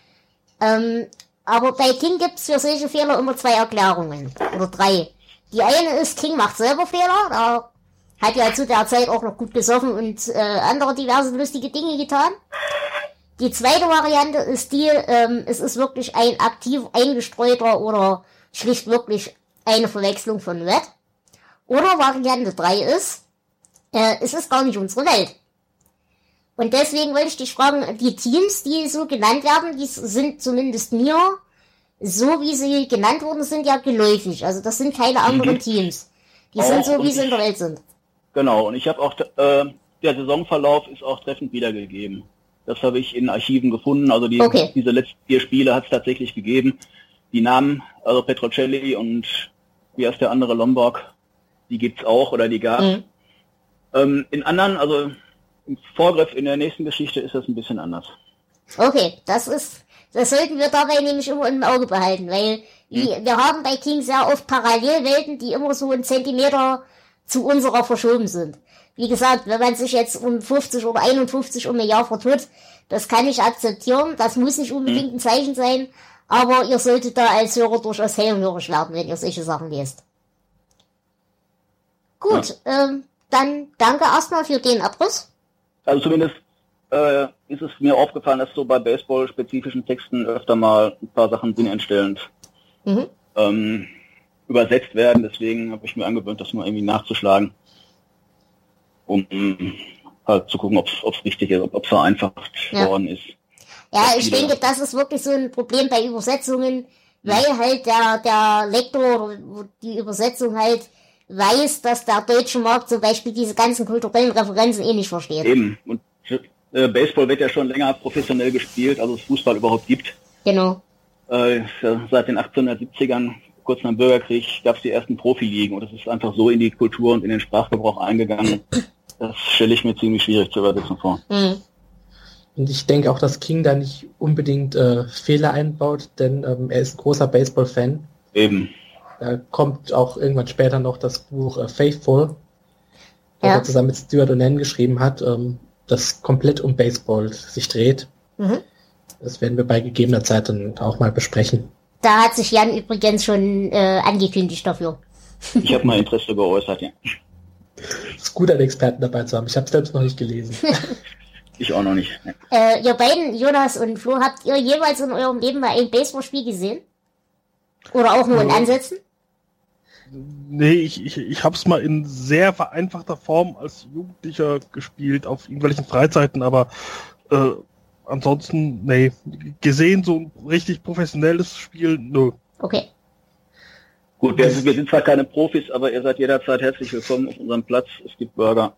Ähm, Aber bei King gibt's für solche Fehler immer zwei Erklärungen. Oder drei. Die eine ist, King macht selber Fehler. Er hat ja zu der Zeit auch noch gut gesoffen und äh, andere diverse lustige Dinge getan. Die zweite Variante ist die, ähm, es ist wirklich ein aktiv eingestreuter oder schlicht wirklich eine Verwechslung von Red. Oder Variante drei ist, äh, es ist gar nicht unsere Welt. Und deswegen wollte ich dich fragen, die Teams, die so genannt werden, die sind zumindest mir, so wie sie genannt worden sind, ja geläufig. Also das sind keine anderen mhm. Teams. Die auch sind so, wie sie in der Welt sind. Genau, und ich habe auch, äh, der Saisonverlauf ist auch treffend wiedergegeben. Das habe ich in Archiven gefunden. Also die, okay. diese letzten vier Spiele hat es tatsächlich gegeben. Die Namen, also Petrocelli und wie heißt der andere, Lombard, die gibt's auch oder die gab. Mhm. Ähm, in anderen, also im Vorgriff in der nächsten Geschichte ist das ein bisschen anders. Okay, das ist, das sollten wir dabei nämlich immer im Auge behalten, weil wie, hm. wir haben bei King sehr oft Parallelwelten, die immer so einen Zentimeter zu unserer verschoben sind. Wie gesagt, wenn man sich jetzt um fünfzig oder einundfünfzig um ein Jahr vertut, das kann ich akzeptieren, das muss nicht unbedingt ein Zeichen sein, aber ihr solltet da als Hörer durchaus hellhörig werden, wenn ihr solche Sachen lest. Gut, ja. ähm, dann danke erstmal für den Abriss. Also zumindest äh, ist es mir aufgefallen, dass so bei Baseball-spezifischen Texten öfter mal ein paar Sachen sinnentstellend mhm. ähm, übersetzt werden. Deswegen habe ich mir angewöhnt, das mal irgendwie nachzuschlagen, um um halt zu gucken, ob es richtig ist, ob es vereinfacht ja. worden ist. Ja, ich denke, das ist wirklich so ein Problem bei Übersetzungen, weil halt der, der Lektor oder die Übersetzung halt weiß, dass der deutsche Markt zum Beispiel diese ganzen kulturellen Referenzen eh nicht versteht. Eben. Und äh, Baseball wird ja schon länger professionell gespielt, also es Fußball überhaupt gibt. Genau. Äh, seit den achtzehnhundertsiebzigern, kurz nach dem Bürgerkrieg, gab es die ersten Profiligen und das ist einfach so in die Kultur und in den Sprachgebrauch eingegangen. Das stelle ich mir ziemlich schwierig zu übersetzen vor. Mhm. Und ich denke auch, dass King da nicht unbedingt äh, Fehler einbaut, denn ähm, er ist ein großer Baseball-Fan. Eben. Da kommt auch irgendwann später noch das Buch äh, Faithful, das ja. er zusammen mit Stuart Onan geschrieben hat, ähm, das komplett um Baseball sich dreht. Mhm. Das werden wir bei gegebener Zeit dann auch mal besprechen. Da hat sich Jan übrigens schon äh, angekündigt dafür. Ich habe mal Interesse geäußert, ja. Es ist gut, einen Experten dabei zu haben. Ich habe selbst noch nicht gelesen. Ich auch noch nicht. Ja. Äh, ihr beiden, Jonas und Flo, habt ihr jeweils in eurem Leben mal ein Baseballspiel gesehen? Oder auch nur in Ansätzen? Nee, ich, ich, ich hab's mal in sehr vereinfachter Form als Jugendlicher gespielt, auf irgendwelchen Freizeiten, aber äh, ansonsten, nee, gesehen, so ein richtig professionelles Spiel, nö. Okay. Gut, Gut, wir, wir sind zwar keine Profis, aber ihr seid jederzeit herzlich willkommen auf unserem Platz. Es gibt Burger.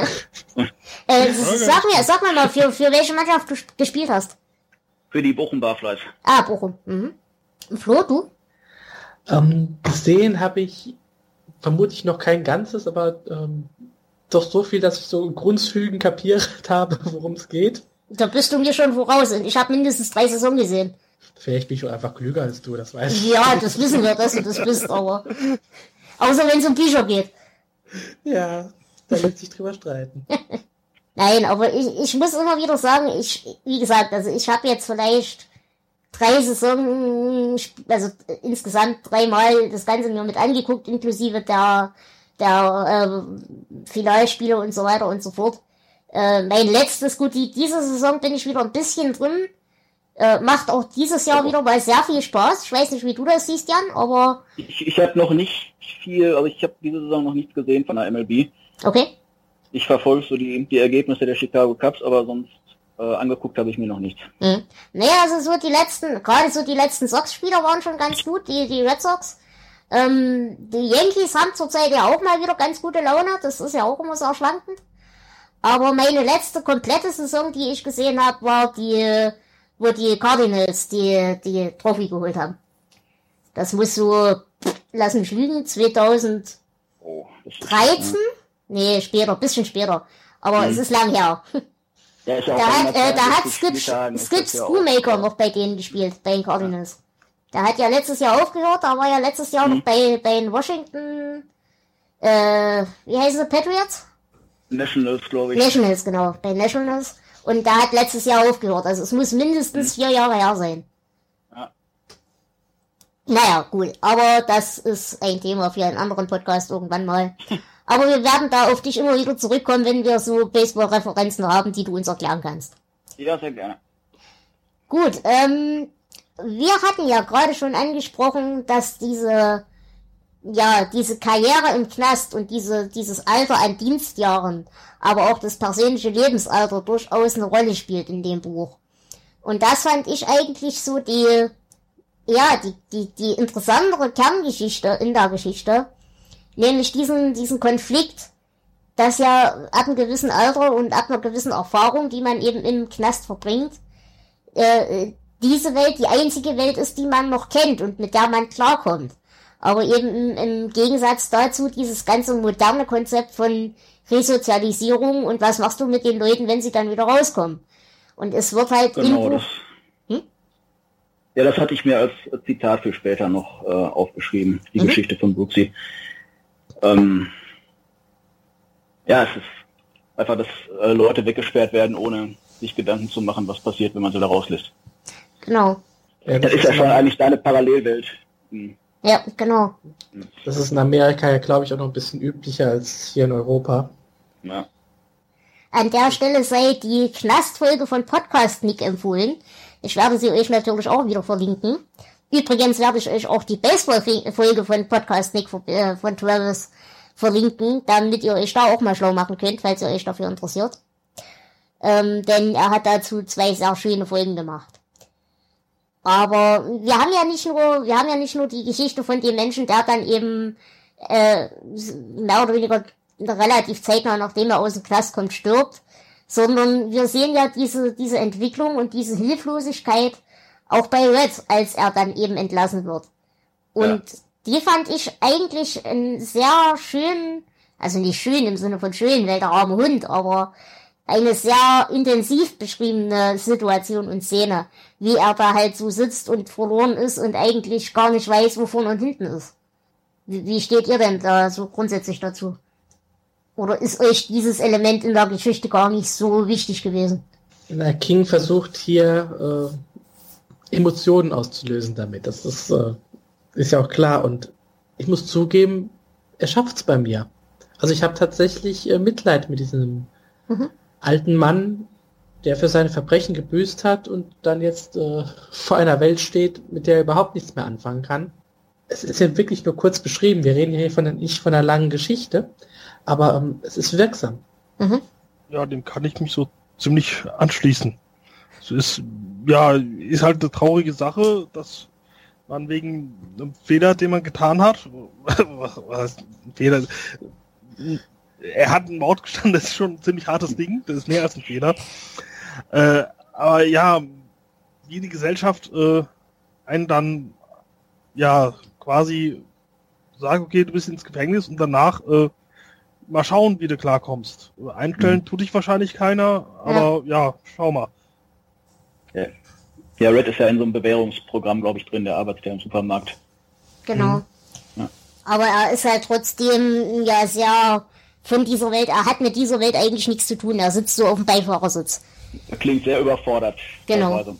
äh, sag mir, sag mir mal, für, für welche Mannschaft du gespielt hast. Für die Bochum Barflies. Ah, Bochum. Mhm. Flo, du? Ähm, gesehen habe ich vermutlich noch kein Ganzes, aber ähm, doch so viel, dass ich so in Grundzügen kapiert habe, worum es geht. Da bist du mir schon voraus und ich habe mindestens drei Saisonen gesehen. Vielleicht bin ich schon einfach klüger als du, das weiß ich. Ja, das wissen wir, dass du das bist, aber... Außer wenn es um Bücher geht. Ja, da lässt sich drüber streiten. Nein, aber ich, ich muss immer wieder sagen, ich, wie gesagt, also ich habe jetzt vielleicht drei Saisonen, also insgesamt dreimal das Ganze mir mit angeguckt, inklusive der, der äh, Finalspiele und so weiter und so fort. Äh, mein letztes, gut, die, diese Saison bin ich wieder ein bisschen drin. Äh, macht auch dieses Jahr wieder mal sehr viel Spaß. Ich weiß nicht, wie du das siehst, Jan, aber... Ich, ich habe noch nicht viel, also ich habe diese Saison noch nichts gesehen von der M L B. Okay. Ich verfolge so die, die Ergebnisse der Chicago Cubs, aber sonst äh, angeguckt habe ich mir noch nichts. Mhm. Naja, also so die letzten, gerade so die letzten Sox-Spieler waren schon ganz gut, die, die Red Sox. Ähm, die Yankees haben zurzeit ja auch mal wieder ganz gute Laune, das ist ja auch immer sehr schwankend. Aber meine letzte komplette Saison, die ich gesehen habe, war die... wo die Cardinals die, die Trophy geholt haben. Das muss so, lass mich lügen, zweitausenddreizehn? Oh, das ist, ja. Nee, später, bisschen später. Aber hm. es ist lang her. Ja, ist ja da hat, äh, da hat Skip, Skip Schoolmaker noch bei denen gespielt, bei den Cardinals. Der hat ja letztes Jahr aufgehört, da war ja letztes Jahr hm. noch bei, bei den Washington, äh, wie heißen sie, Patriots? Nationals, glaube ich. Nationals, genau, bei Nationals. Und der hat letztes Jahr aufgehört. Also es muss mindestens vier Jahre her sein. Ja. Naja, gut. Aber das ist ein Thema für einen anderen Podcast irgendwann mal. Aber wir werden da auf dich immer wieder zurückkommen, wenn wir so Baseball-Referenzen haben, die du uns erklären kannst. Ja, sehr gerne. Gut, ähm, wir hatten ja gerade schon angesprochen, dass diese, ja, diese Karriere im Knast und diese, dieses Alter an Dienstjahren, aber auch das persönliche Lebensalter durchaus eine Rolle spielt in dem Buch. Und das fand ich eigentlich so die, ja, die, die, die interessantere Kerngeschichte in der Geschichte, nämlich diesen, diesen Konflikt, dass ja ab einem gewissen Alter und ab einer gewissen Erfahrung, die man eben im Knast verbringt, äh, diese Welt die einzige Welt ist, die man noch kennt und mit der man klarkommt. Aber eben im, im Gegensatz dazu dieses ganze moderne Konzept von Resozialisierung und was machst du mit den Leuten, wenn sie dann wieder rauskommen. Und es wird halt genau, im Buch... Das, hm? Ja, das hatte ich mir als Zitat für später noch äh, aufgeschrieben, die mhm. Geschichte von Brooksy. Ähm, ja, es ist einfach, dass äh, Leute weggesperrt werden, ohne sich Gedanken zu machen, was passiert, wenn man sie da rauslässt. Genau. Ja, das, das ist ja schon eigentlich deine Parallelwelt. Hm. Ja, genau. Das ist in Amerika ja, glaube ich, auch noch ein bisschen üblicher als hier in Europa. Ja. An der Stelle sei die Knastfolge von Podcast Nick empfohlen. Ich werde sie euch natürlich auch wieder verlinken. Übrigens werde ich euch auch die Baseball-Folge von Podcast Nick äh, von Travis verlinken, damit ihr euch da auch mal schlau machen könnt, falls ihr euch dafür interessiert. Ähm, denn er hat dazu zwei sehr schöne Folgen gemacht. Aber wir haben ja nicht nur, wir haben ja nicht nur die Geschichte von dem Menschen, der dann eben äh, mehr oder weniger relativ zeitnah, nachdem er aus dem Knast kommt, stirbt, sondern wir sehen ja diese diese Entwicklung und diese Hilflosigkeit auch bei Red, als er dann eben entlassen wird. Und ja. die fand ich eigentlich einen sehr schönen, also nicht schön im Sinne von schön, weil der arme Hund, aber eine sehr intensiv beschriebene Situation und Szene, wie er da halt so sitzt und verloren ist und eigentlich gar nicht weiß, wo vorne und hinten ist. Wie, wie steht ihr denn da so grundsätzlich dazu? Oder ist euch dieses Element in der Geschichte gar nicht so wichtig gewesen? Na, King versucht hier äh, Emotionen auszulösen damit. Das ist, äh, ist ja auch klar. Und ich muss zugeben, er schafft's bei mir. Also ich habe tatsächlich äh, Mitleid mit diesem mhm. alten Mann, der für seine Verbrechen gebüßt hat und dann jetzt äh, vor einer Welt steht, mit der er überhaupt nichts mehr anfangen kann. Es ist ja wirklich nur kurz beschrieben. Wir reden hier von, nicht von einer langen Geschichte, aber ähm, es ist wirksam. Mhm. Ja, dem kann ich mich so ziemlich anschließen. Es ist, ja, ist halt eine traurige Sache, dass waren wegen einem Fehler, den man getan hat. Was, was heißt ein Fehler? Er hat einen Mord gestanden, das ist schon ein ziemlich hartes Ding, das ist mehr als ein Fehler. Äh, aber ja, wie die Gesellschaft äh, einen dann ja quasi sagt, okay, du bist ins Gefängnis und danach äh, mal schauen, wie du klarkommst. Einstellen mhm. tut dich wahrscheinlich keiner, aber ja, ja schau mal. Ja. ja, Red ist ja in so einem Bewährungsprogramm, glaube ich, drin, der arbeitet ja im Supermarkt. Genau. Mhm. Ja. Aber er ist halt trotzdem ja sehr von dieser Welt, er hat mit dieser Welt eigentlich nichts zu tun, er sitzt so auf dem Beifahrersitz. Er klingt sehr überfordert. Genau. Also.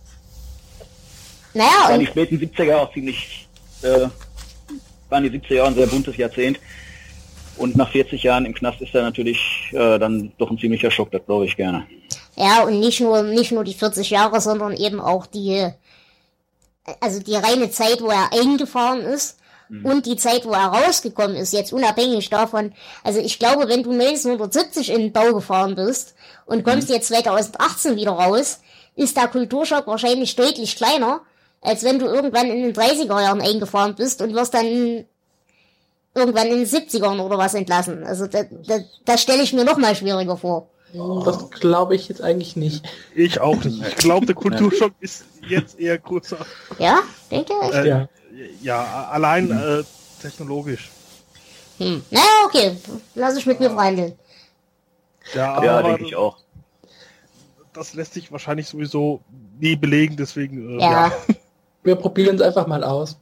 Naja, waren und die späten siebziger auch ziemlich, äh, waren die siebziger Jahre ein sehr buntes Jahrzehnt. Und nach vierzig Jahren im Knast ist er natürlich äh, dann doch ein ziemlicher Schock, das glaube ich gerne. Ja, und nicht nur, nicht nur die vierzig Jahre, sondern eben auch die, also die reine Zeit, wo er eingefahren ist mhm. und die Zeit, wo er rausgekommen ist, jetzt unabhängig davon. Also ich glaube, wenn du neunzehnhundertsiebzig in den Bau gefahren bist und kommst mhm. jetzt zweitausendachtzehn wieder raus, ist der Kulturschock wahrscheinlich deutlich kleiner, als wenn du irgendwann in den dreißiger Jahren eingefahren bist und wirst dann irgendwann in den siebzigern oder was entlassen. Also das, das, das stelle ich mir noch mal schwieriger vor. Das glaube ich jetzt eigentlich nicht. Ich auch nicht. Ich glaube, der Kulturschock ist jetzt eher größer. Ja, denke ich. Äh, ja. ja, allein äh, technologisch. Hm. Naja, okay. Lass ich mit mir verhandeln. Ja, ja aber denke ich auch. Das lässt sich wahrscheinlich sowieso nie belegen, deswegen äh, Ja. ja. Wir probieren es einfach mal aus.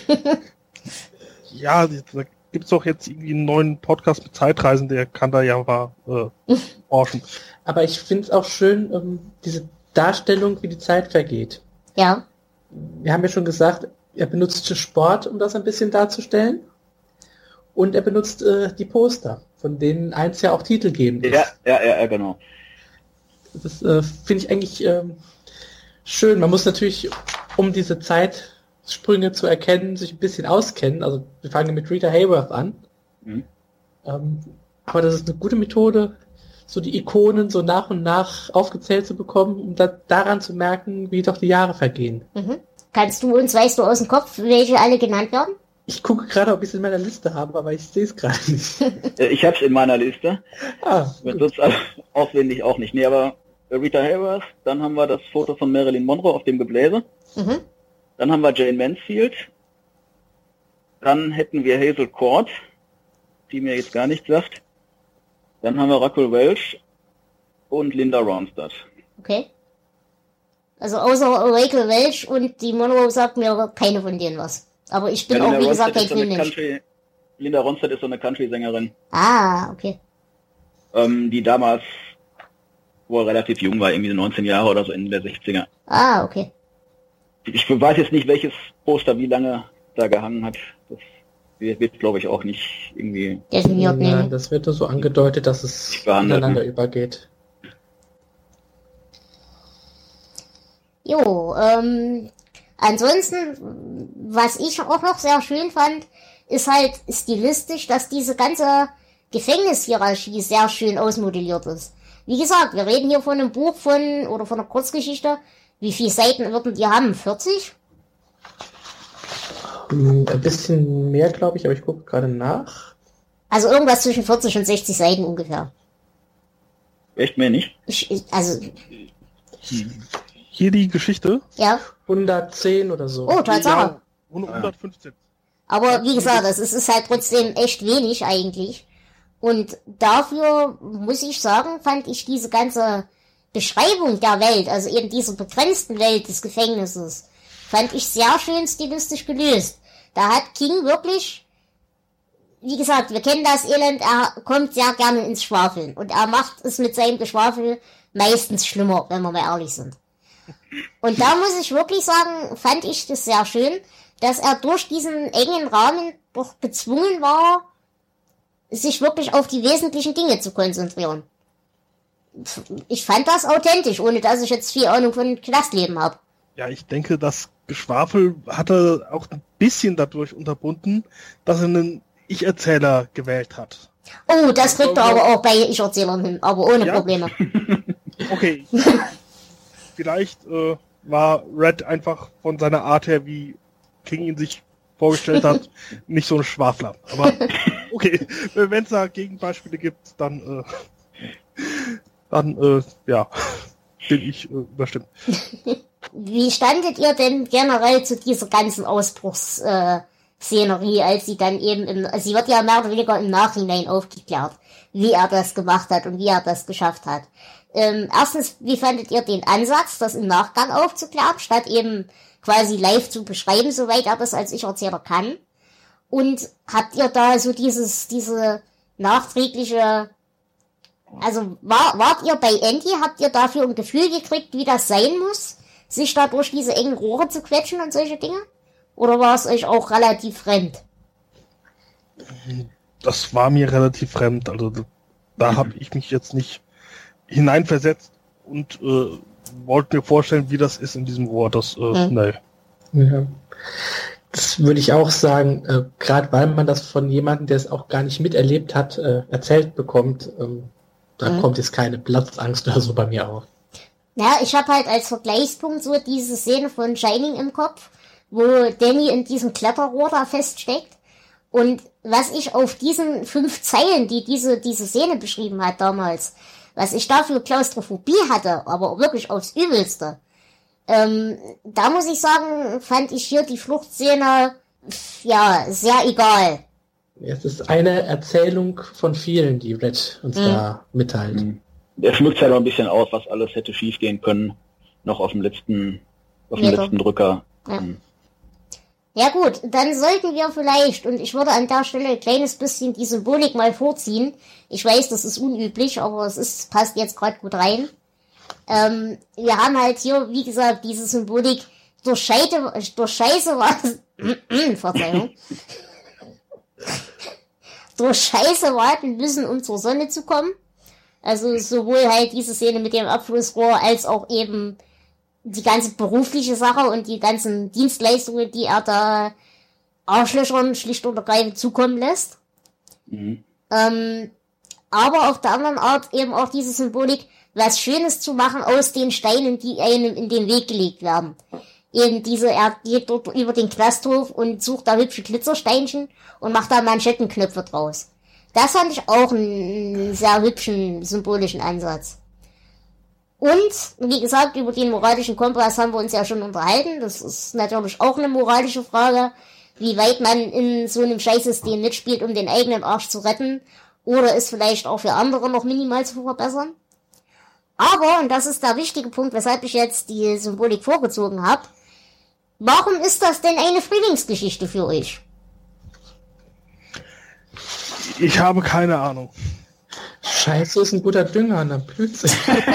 Ja, da gibt's doch jetzt irgendwie einen neuen Podcast mit Zeitreisen, der kann da ja mal äh, forschen. Aber ich finde es auch schön, ähm, diese Darstellung, wie die Zeit vergeht. Ja. Wir haben ja schon gesagt, er benutzt Sport, um das ein bisschen darzustellen. Und er benutzt äh, die Poster, von denen eins ja auch titelgebend ist. Ja, ja, ja, ja, genau. Das äh, finde ich eigentlich ähm, schön. Man muss natürlich, um diese Zeitsprünge zu erkennen, sich ein bisschen auskennen. Also wir fangen mit Rita Hayworth an. Mhm. Ähm, aber das ist eine gute Methode, so die Ikonen so nach und nach aufgezählt zu bekommen, um da, daran zu merken, wie doch die Jahre vergehen. Mhm. Kannst du uns, weißt du aus dem Kopf, welche alle genannt werden? Ich gucke gerade, ob ich es in meiner Liste habe, aber ich sehe es gerade nicht. Ich habe es in meiner Liste. Ah, sonst auswendig auch nicht. Nee, aber Rita Hayworth, dann haben wir das Foto von Marilyn Monroe auf dem Gebläse. Mhm. Dann haben wir Jane Mansfield. Dann hätten wir Hazel Court, die mir jetzt gar nichts sagt. Dann haben wir Raquel Welch und Linda Ronstadt. Okay. Also außer Raquel Welch und die Monroe sagt mir keine von denen was. Aber ich bin ja, auch, wie gesagt, kein Filmmensch. Linda Ronstadt ist so eine Country-Sängerin. Ah, okay. Ähm, die damals wohl relativ jung war, irgendwie neunzehn Jahre oder so, Ende der sechziger. Ah, okay. Ich weiß jetzt nicht, welches Poster wie lange da gehangen hat. Das wird, glaube ich, auch nicht irgendwie... Definiert, nein, nee. Das wird nur so angedeutet, dass es ineinander übergeht. Jo, ähm... ansonsten, was ich auch noch sehr schön fand, ist halt stilistisch, dass diese ganze Gefängnishierarchie sehr schön ausmodelliert ist. Wie gesagt, wir reden hier von einem Buch von, oder von einer Kurzgeschichte. Wie viele Seiten würden die haben? vierzig? Ein bisschen mehr, glaube ich, aber ich gucke gerade nach. Also irgendwas zwischen vierzig und sechzig Seiten ungefähr. Echt mehr nicht? Ich, ich, also... Hier die Geschichte? Ja. hundertzehn oder so. Oh, Tatsache. Ja, hundertfünfzehn. Aber wie gesagt, es ist halt trotzdem echt wenig eigentlich. Und dafür, muss ich sagen, fand ich diese ganze Beschreibung der Welt, also eben dieser begrenzten Welt des Gefängnisses, fand ich sehr schön stilistisch gelöst. Da hat King wirklich, wie gesagt, wir kennen das Elend, er kommt sehr gerne ins Schwafeln. Und er macht es mit seinem Geschwafel meistens schlimmer, wenn wir mal ehrlich sind. Und da muss ich wirklich sagen, fand ich das sehr schön, dass er durch diesen engen Rahmen doch gezwungen war, sich wirklich auf die wesentlichen Dinge zu konzentrieren. Ich fand das authentisch, ohne dass ich jetzt viel Ahnung von Knastleben habe. Ja, ich denke, das Geschwafel hatte auch ein bisschen dadurch unterbunden, dass er einen Ich-Erzähler gewählt hat. Oh, das kriegt er aber auch bei Ich-Erzählern hin, aber ohne ja? Probleme. Okay. Vielleicht äh, war Red einfach von seiner Art her wie King ihn sich vorgestellt hat, nicht so ein Schwafler. Aber okay, wenn es da Gegenbeispiele gibt, dann, äh, dann äh, ja, bin ich äh, überstimmt. Wie standet ihr denn generell zu dieser ganzen Ausbruchsszenerie, äh, als sie dann eben, im, also sie wird ja mehr oder weniger im Nachhinein aufgeklärt, wie er das gemacht hat und wie er das geschafft hat. Ähm, erstens, wie fandet ihr den Ansatz, das im Nachgang aufzuklären, statt eben quasi live zu beschreiben, soweit er das als Ich-Erzähler kann? Und habt ihr da so dieses, diese nachträgliche, also war, wart ihr bei Andy, habt ihr dafür ein Gefühl gekriegt, wie das sein muss, sich da durch diese engen Rohre zu quetschen und solche Dinge? Oder war es euch auch relativ fremd? Das war mir relativ fremd, also da habe ich mich jetzt nicht hineinversetzt und äh, wollte mir vorstellen, wie das ist in diesem Rohr. Das, äh, hm. nee. Ja. Das würde ich auch sagen, äh, gerade weil man das von jemandem, der es auch gar nicht miterlebt hat, äh, erzählt bekommt, ähm, da hm. kommt jetzt keine Platzangst oder so bei mir auf. Ja, ich habe halt als Vergleichspunkt so diese Szene von Shining im Kopf, wo Danny in diesem Kletterrohr da feststeckt. Und was ich auf diesen fünf Zeilen, die diese, diese Szene beschrieben hat damals, was ich dafür Klaustrophobie hatte, aber wirklich aufs Übelste, ähm, da muss ich sagen, fand ich hier die Fluchtszene, ja, sehr egal. Es ist eine Erzählung von vielen, die Red uns mhm. da mitteilt. Er schmückt ja noch ein bisschen aus, was alles hätte schiefgehen können, noch auf dem letzten, auf dem ja, letzten Drücker. Ja. Mhm. Ja gut, dann sollten wir vielleicht, und ich würde an der Stelle ein kleines bisschen die Symbolik mal vorziehen. Ich weiß, das ist unüblich, aber es ist, passt jetzt gerade gut rein. Ähm, wir haben halt hier, wie gesagt, diese Symbolik durch Scheite, durch Scheiße war Verzeihung. durch Scheiße warten müssen, um zur Sonne zu kommen. Also sowohl halt diese Szene mit dem Abflussrohr als auch eben die ganze berufliche Sache und die ganzen Dienstleistungen, die er da Arschlöchern schlicht und ergreifend zukommen lässt. Mhm. Ähm, aber auf der anderen Art eben auch diese Symbolik, was Schönes zu machen aus den Steinen, die einem in den Weg gelegt werden. Eben diese, er geht dort über den Knasthof und sucht da hübsche Glitzersteinchen und macht da Manschettenknöpfe draus. Das fand ich auch einen sehr hübschen symbolischen Ansatz. Und, wie gesagt, über den moralischen Kompass haben wir uns ja schon unterhalten. Das ist natürlich auch eine moralische Frage, wie weit man in so einem Scheißsystem mitspielt, um den eigenen Arsch zu retten, oder es vielleicht auch für andere noch minimal zu verbessern. Aber, und das ist der wichtige Punkt, weshalb ich jetzt die Symbolik vorgezogen habe, warum ist das denn eine Frühlingsgeschichte für euch? Ich habe keine Ahnung. Scheiße ist ein guter Dünger, na Blödsinn.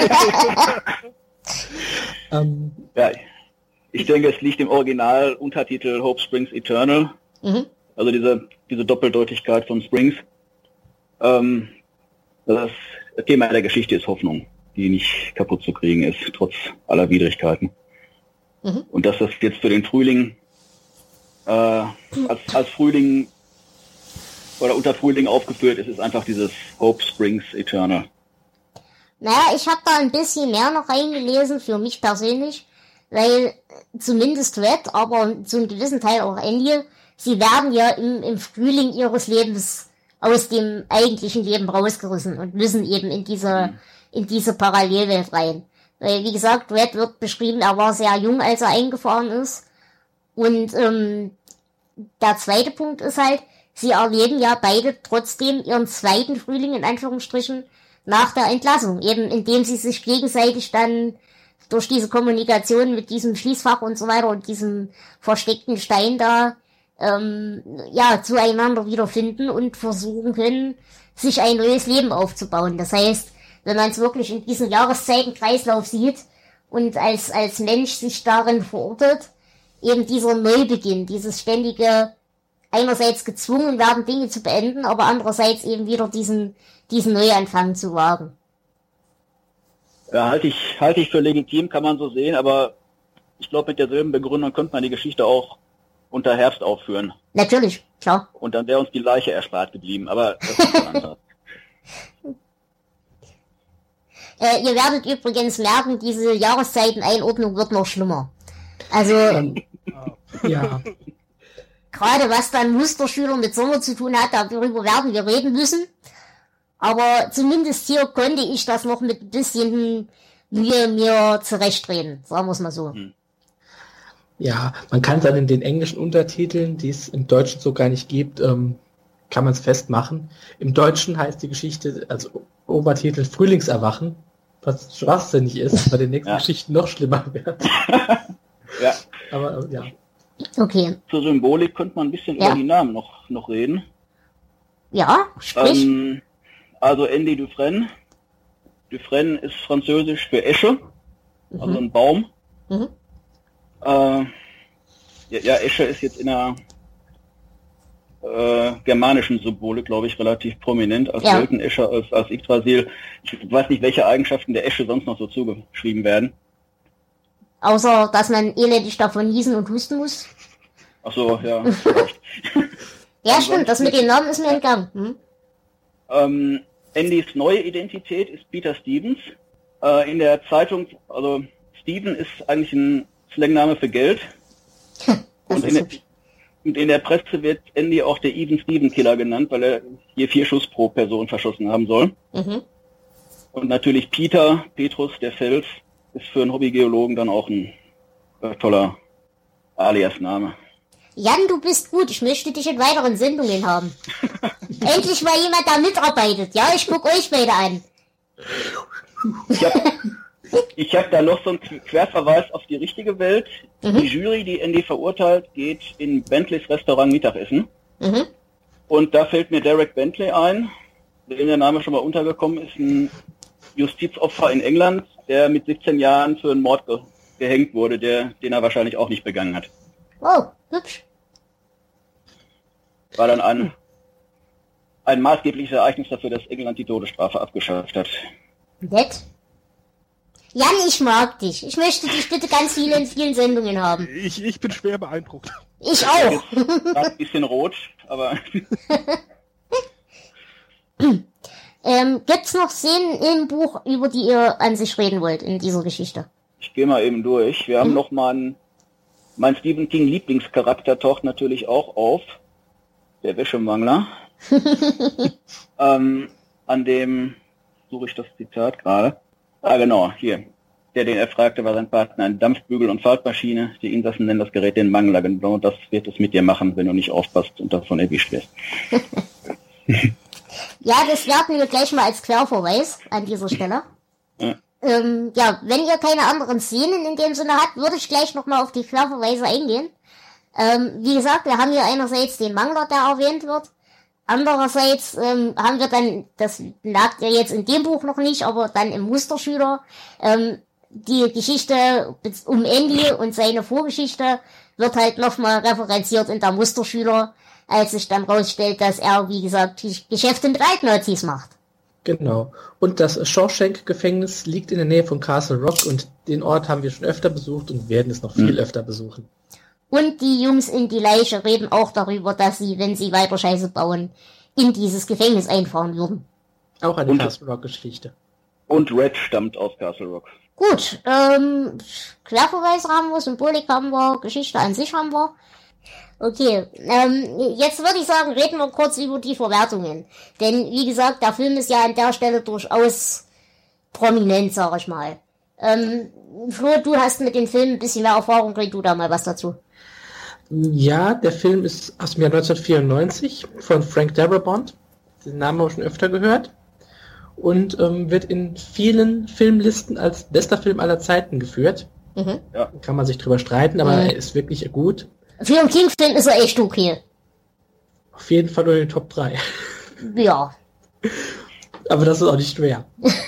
ähm, ja, ich denke, es liegt im Original Untertitel Hope Springs Eternal. Mhm. Also diese, diese Doppeldeutigkeit von Springs. Ähm, das Thema der Geschichte ist Hoffnung, die nicht kaputt zu kriegen ist, trotz aller Widrigkeiten. Mhm. Und dass das jetzt für den Frühling äh, als, als Frühling oder unter Frühling aufgeführt ist, ist einfach dieses Hope Springs Eternal. Naja, ich habe da ein bisschen mehr noch reingelesen, für mich persönlich, weil zumindest Red, aber zu einem gewissen Teil auch Andy, sie werden ja im, im Frühling ihres Lebens aus dem eigentlichen Leben rausgerissen und müssen eben in diese, mhm. in diese Parallelwelt rein. Weil, wie gesagt, Red wird beschrieben, er war sehr jung, als er eingefahren ist. Und ähm, der zweite Punkt ist halt, sie erleben ja beide trotzdem ihren zweiten Frühling, in Anführungsstrichen, nach der Entlassung. Eben indem sie sich gegenseitig dann durch diese Kommunikation mit diesem Schließfach und so weiter und diesem versteckten Stein da, ähm, ja, zueinander wiederfinden und versuchen können, sich ein neues Leben aufzubauen. Das heißt, wenn man es wirklich in diesem Jahreszeitenkreislauf sieht und als, als Mensch sich darin verortet, eben dieser Neubeginn, dieses ständige einerseits gezwungen werden, Dinge zu beenden, aber andererseits eben wieder diesen, diesen Neuanfang zu wagen. Ja, halte ich, halte ich für legitim, kann man so sehen, aber ich glaube, mit derselben Begründung könnte man die Geschichte auch unter Herbst aufführen. Natürlich, klar. Und dann wäre uns die Leiche erspart geblieben, aber das ist ein anderes. äh, ihr werdet übrigens merken, diese Jahreszeiteneinordnung wird noch schlimmer. Also, ja. gerade was dann Musterschüler mit Sommer zu tun hat, darüber werden wir reden müssen. Aber zumindest hier konnte ich das noch mit ein bisschen Mühe mir zurechtreden, sagen wir es mal so. Hm. Ja, man kann dann in den englischen Untertiteln, die es im Deutschen so gar nicht gibt, ähm, kann man es festmachen. Im Deutschen heißt die Geschichte, also Obertitel Frühlingserwachen, was schwachsinnig ist, bei den nächsten ja. Geschichten noch schlimmer wird. Ja. Aber ja. Okay. Zur Symbolik könnte man ein bisschen ja. über die Namen noch, noch reden. Ja, sprich. Ähm, also Andy Dufresne. Dufresne ist französisch für Esche, mhm. also ein Baum. Mhm. Äh, ja, ja, Esche ist jetzt in der äh, germanischen Symbolik, glaube ich, relativ prominent als ja. Weltenesche, als, als Yggdrasil. Ich weiß nicht, welche Eigenschaften der Esche sonst noch so zugeschrieben werden. Außer, dass man elendig davon niesen und husten muss. Ach so, ja. Ja, stimmt, das mit den Namen ist mir entgangen. Hm? Ähm, Andys neue Identität ist Peter Stevens. Äh, in der Zeitung, also Steven ist eigentlich ein Slangname für Geld. und, in der, und in der Presse wird Andy auch der Even Steven Killer genannt, weil er je vier Schuss pro Person verschossen haben soll. Mhm. Und natürlich Peter, Petrus, der Fels, ist für einen Hobbygeologen dann auch ein äh, toller Alias-Name. Jan, du bist gut. Ich möchte dich in weiteren Sendungen haben. Endlich mal jemand, der mitarbeitet. Ja, ich guck euch beide an. Ich habe ich hab da noch so einen Querverweis auf die richtige Welt. Mhm. Die Jury, die Andy verurteilt, geht in Bentleys Restaurant Mittagessen. Mhm. Und da fällt mir Derek Bentley ein, dem der Name schon mal untergekommen ist, ein Justizopfer in England, der mit siebzehn Jahren für einen Mord ge- gehängt wurde, der, den er wahrscheinlich auch nicht begangen hat. Oh, hübsch. War dann ein, ein maßgebliches Ereignis dafür, dass England die Todesstrafe abgeschafft hat. Nett. Jan, ich mag dich. Ich möchte dich bitte ganz viele in vielen Sendungen haben. Ich, ich bin schwer beeindruckt. Ich auch. Jetzt ein bisschen rot, aber... ähm, gibt's noch Szenen im Buch, über die ihr an sich reden wollt in dieser Geschichte? Ich gehe mal eben durch. Wir haben hm. noch mal einen... Mein Stephen King Lieblingscharakter taucht natürlich auch auf. Der Wäschemangler. ähm, an dem suche ich das Zitat gerade. Ah, genau, hier. Der, den er fragte, war sein Partner ein Dampfbügel- und Faltmaschine. Die Insassen nennen das Gerät den Mangler. Genau das wird es mit dir machen, wenn du nicht aufpasst und davon erwischt wirst. Ja, das werten wir gleich mal als Querverweis an dieser Stelle. Ja. Ähm, ja, wenn ihr keine anderen Szenen in dem Sinne habt, würde ich gleich nochmal auf die Querverweise eingehen. Ähm, wie gesagt, wir haben hier einerseits den Mangler, der erwähnt wird. Andererseits ähm, haben wir dann, das lag ja jetzt in dem Buch noch nicht, aber dann im Musterschüler, ähm, die Geschichte um Andy und seine Vorgeschichte wird halt nochmal referenziert in der Musterschüler, als sich dann rausstellt, dass er, wie gesagt, Geschäfte mit Altnazis macht. Genau. Und das Shawshank-Gefängnis liegt in der Nähe von Castle Rock und den Ort haben wir schon öfter besucht und werden es noch viel mhm. öfter besuchen. Und die Jungs in die Leiche reden auch darüber, dass sie, wenn sie weiter Scheiße bauen, in dieses Gefängnis einfahren würden. Auch eine und, Castle Rock-Geschichte. Und Red stammt aus Castle Rock. Gut, ähm, Querverweis haben wir, Symbolik haben wir, Geschichte an sich haben wir. Okay, ähm, jetzt würde ich sagen, reden wir kurz über die Verwertungen. Denn, wie gesagt, der Film ist ja an der Stelle durchaus prominent, sag ich mal. Ähm, Flo, du hast mit dem Film ein bisschen mehr Erfahrung, red du da mal was dazu. Ja, der Film ist aus dem Jahr neunzehnhundertvierundneunzig von Frank Darabont. Den Namen haben wir schon öfter gehört. Und ähm, wird in vielen Filmlisten als bester Film aller Zeiten geführt. Mhm. Ja. Kann man sich drüber streiten, aber mhm. er ist wirklich gut. Für einen King-Film ist er echt okay. Auf jeden Fall nur in den Top drei. Ja. Aber das ist auch nicht schwer.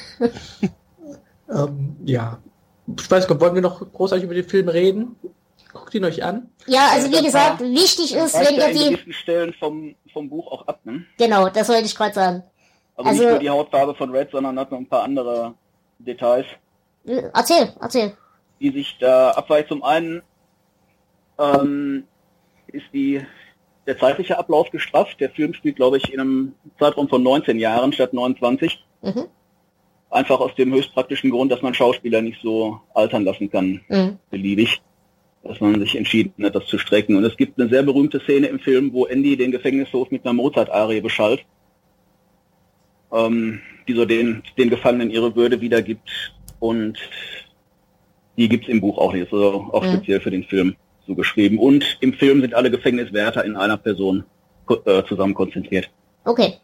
ähm, ja. Ich weiß nicht, wollen wir noch großartig über den Film reden? Guckt ihn euch an. Ja, also wie gesagt, wichtig ist, wenn ihr die... gewissen Stellen vom, vom Buch auch ab, ne? Genau, das wollte ich gerade sagen. Also, also nicht nur die Hautfarbe von Red, sondern hat noch ein paar andere Details. Erzähl, erzähl. Die sich da abweichen. Zum einen ähm, ist die der zeitliche Ablauf gestrafft. Der Film spielt, glaube ich, in einem Zeitraum von neunzehn Jahren statt neunundzwanzig. Mhm. Einfach aus dem höchst praktischen Grund, dass man Schauspieler nicht so altern lassen kann, mhm. beliebig. dass man sich entschieden hat, das zu strecken. Und es gibt eine sehr berühmte Szene im Film, wo Andy den Gefängnishof mit einer Mozart-Arie beschallt, ähm, die so den, den Gefangenen ihre Würde wiedergibt. Und die gibt's im Buch auch nicht. Also auch mhm. speziell für den Film so geschrieben. Und im Film sind alle Gefängniswärter in einer Person äh, zusammen konzentriert. Okay.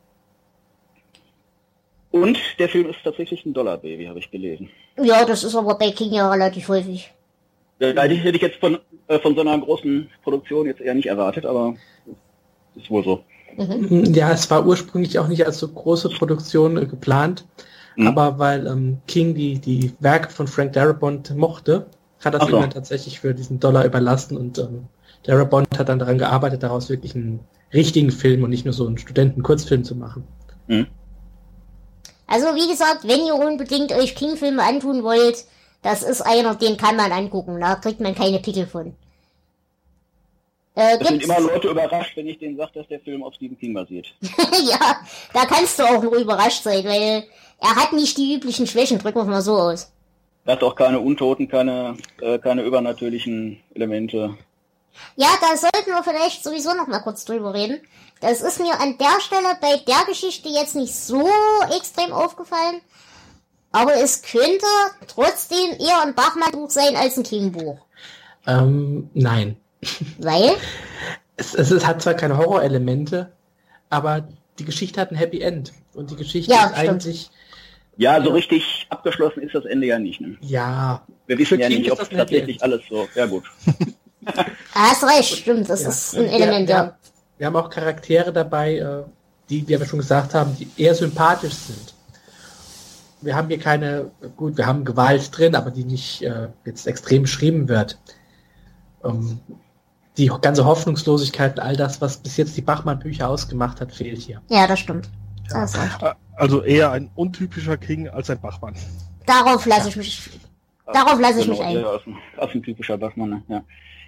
Und der Film ist tatsächlich ein Dollar-Baby, habe ich gelesen. Ja, das ist aber bei King ja relativ häufig. Da hätte ich jetzt von, äh, von so einer großen Produktion jetzt eher nicht erwartet, aber ist wohl so. Mhm. Ja, es war ursprünglich auch nicht als so große Produktion äh, geplant, mhm. aber weil ähm, King die, die Werke von Frank Darabont mochte, hat das Ach so. ihm dann tatsächlich für diesen Dollar überlassen und ähm, Darabont hat dann daran gearbeitet, daraus wirklich einen richtigen Film und nicht nur so einen Studenten-Kurzfilm zu machen. Mhm. Also wie gesagt, wenn ihr unbedingt euch King-Filme antun wollt, das ist einer, den kann man angucken, da kriegt man keine Pickel von. Äh, es sind immer Leute überrascht, wenn ich denen sage, dass der Film auf Stephen King basiert. Ja, da kannst du auch nur überrascht sein, weil er hat nicht die üblichen Schwächen, drücken wir es mal so aus. Er hat auch keine Untoten, keine, äh, keine übernatürlichen Elemente. Ja, da sollten wir vielleicht sowieso noch mal kurz drüber reden. Das ist mir an der Stelle bei der Geschichte jetzt nicht so extrem aufgefallen. Aber es könnte trotzdem eher ein Bachmann-Buch sein als ein King-Buch. Ähm, nein. Weil? Es, es, es hat zwar keine Horrorelemente, aber die Geschichte hat ein Happy End. Und die Geschichte ja, ist stimmt. eigentlich... Ja, so richtig abgeschlossen ist das Ende ja nicht. Ne? Ja. Wir wissen ja nicht, ob tatsächlich alles so... Ja gut. Hast recht, stimmt. Das ja. ist ein Element, wir, ja. Wir, wir haben auch Charaktere dabei, die, wie wir schon gesagt haben, die eher sympathisch sind. Wir haben hier keine, gut, wir haben Gewalt drin, aber die nicht äh, jetzt extrem beschrieben wird. Ähm, die ganze Hoffnungslosigkeit und all das, was bis jetzt die Bachmann-Bücher ausgemacht hat, fehlt hier. Ja, das stimmt. Ja. Das also eher ein untypischer King als ein Bachmann. Darauf lasse ich mich, ja. darauf lasse ich genau, mich ein. Ja, als, ein, als ein typischer Bachmann, ne? Ja.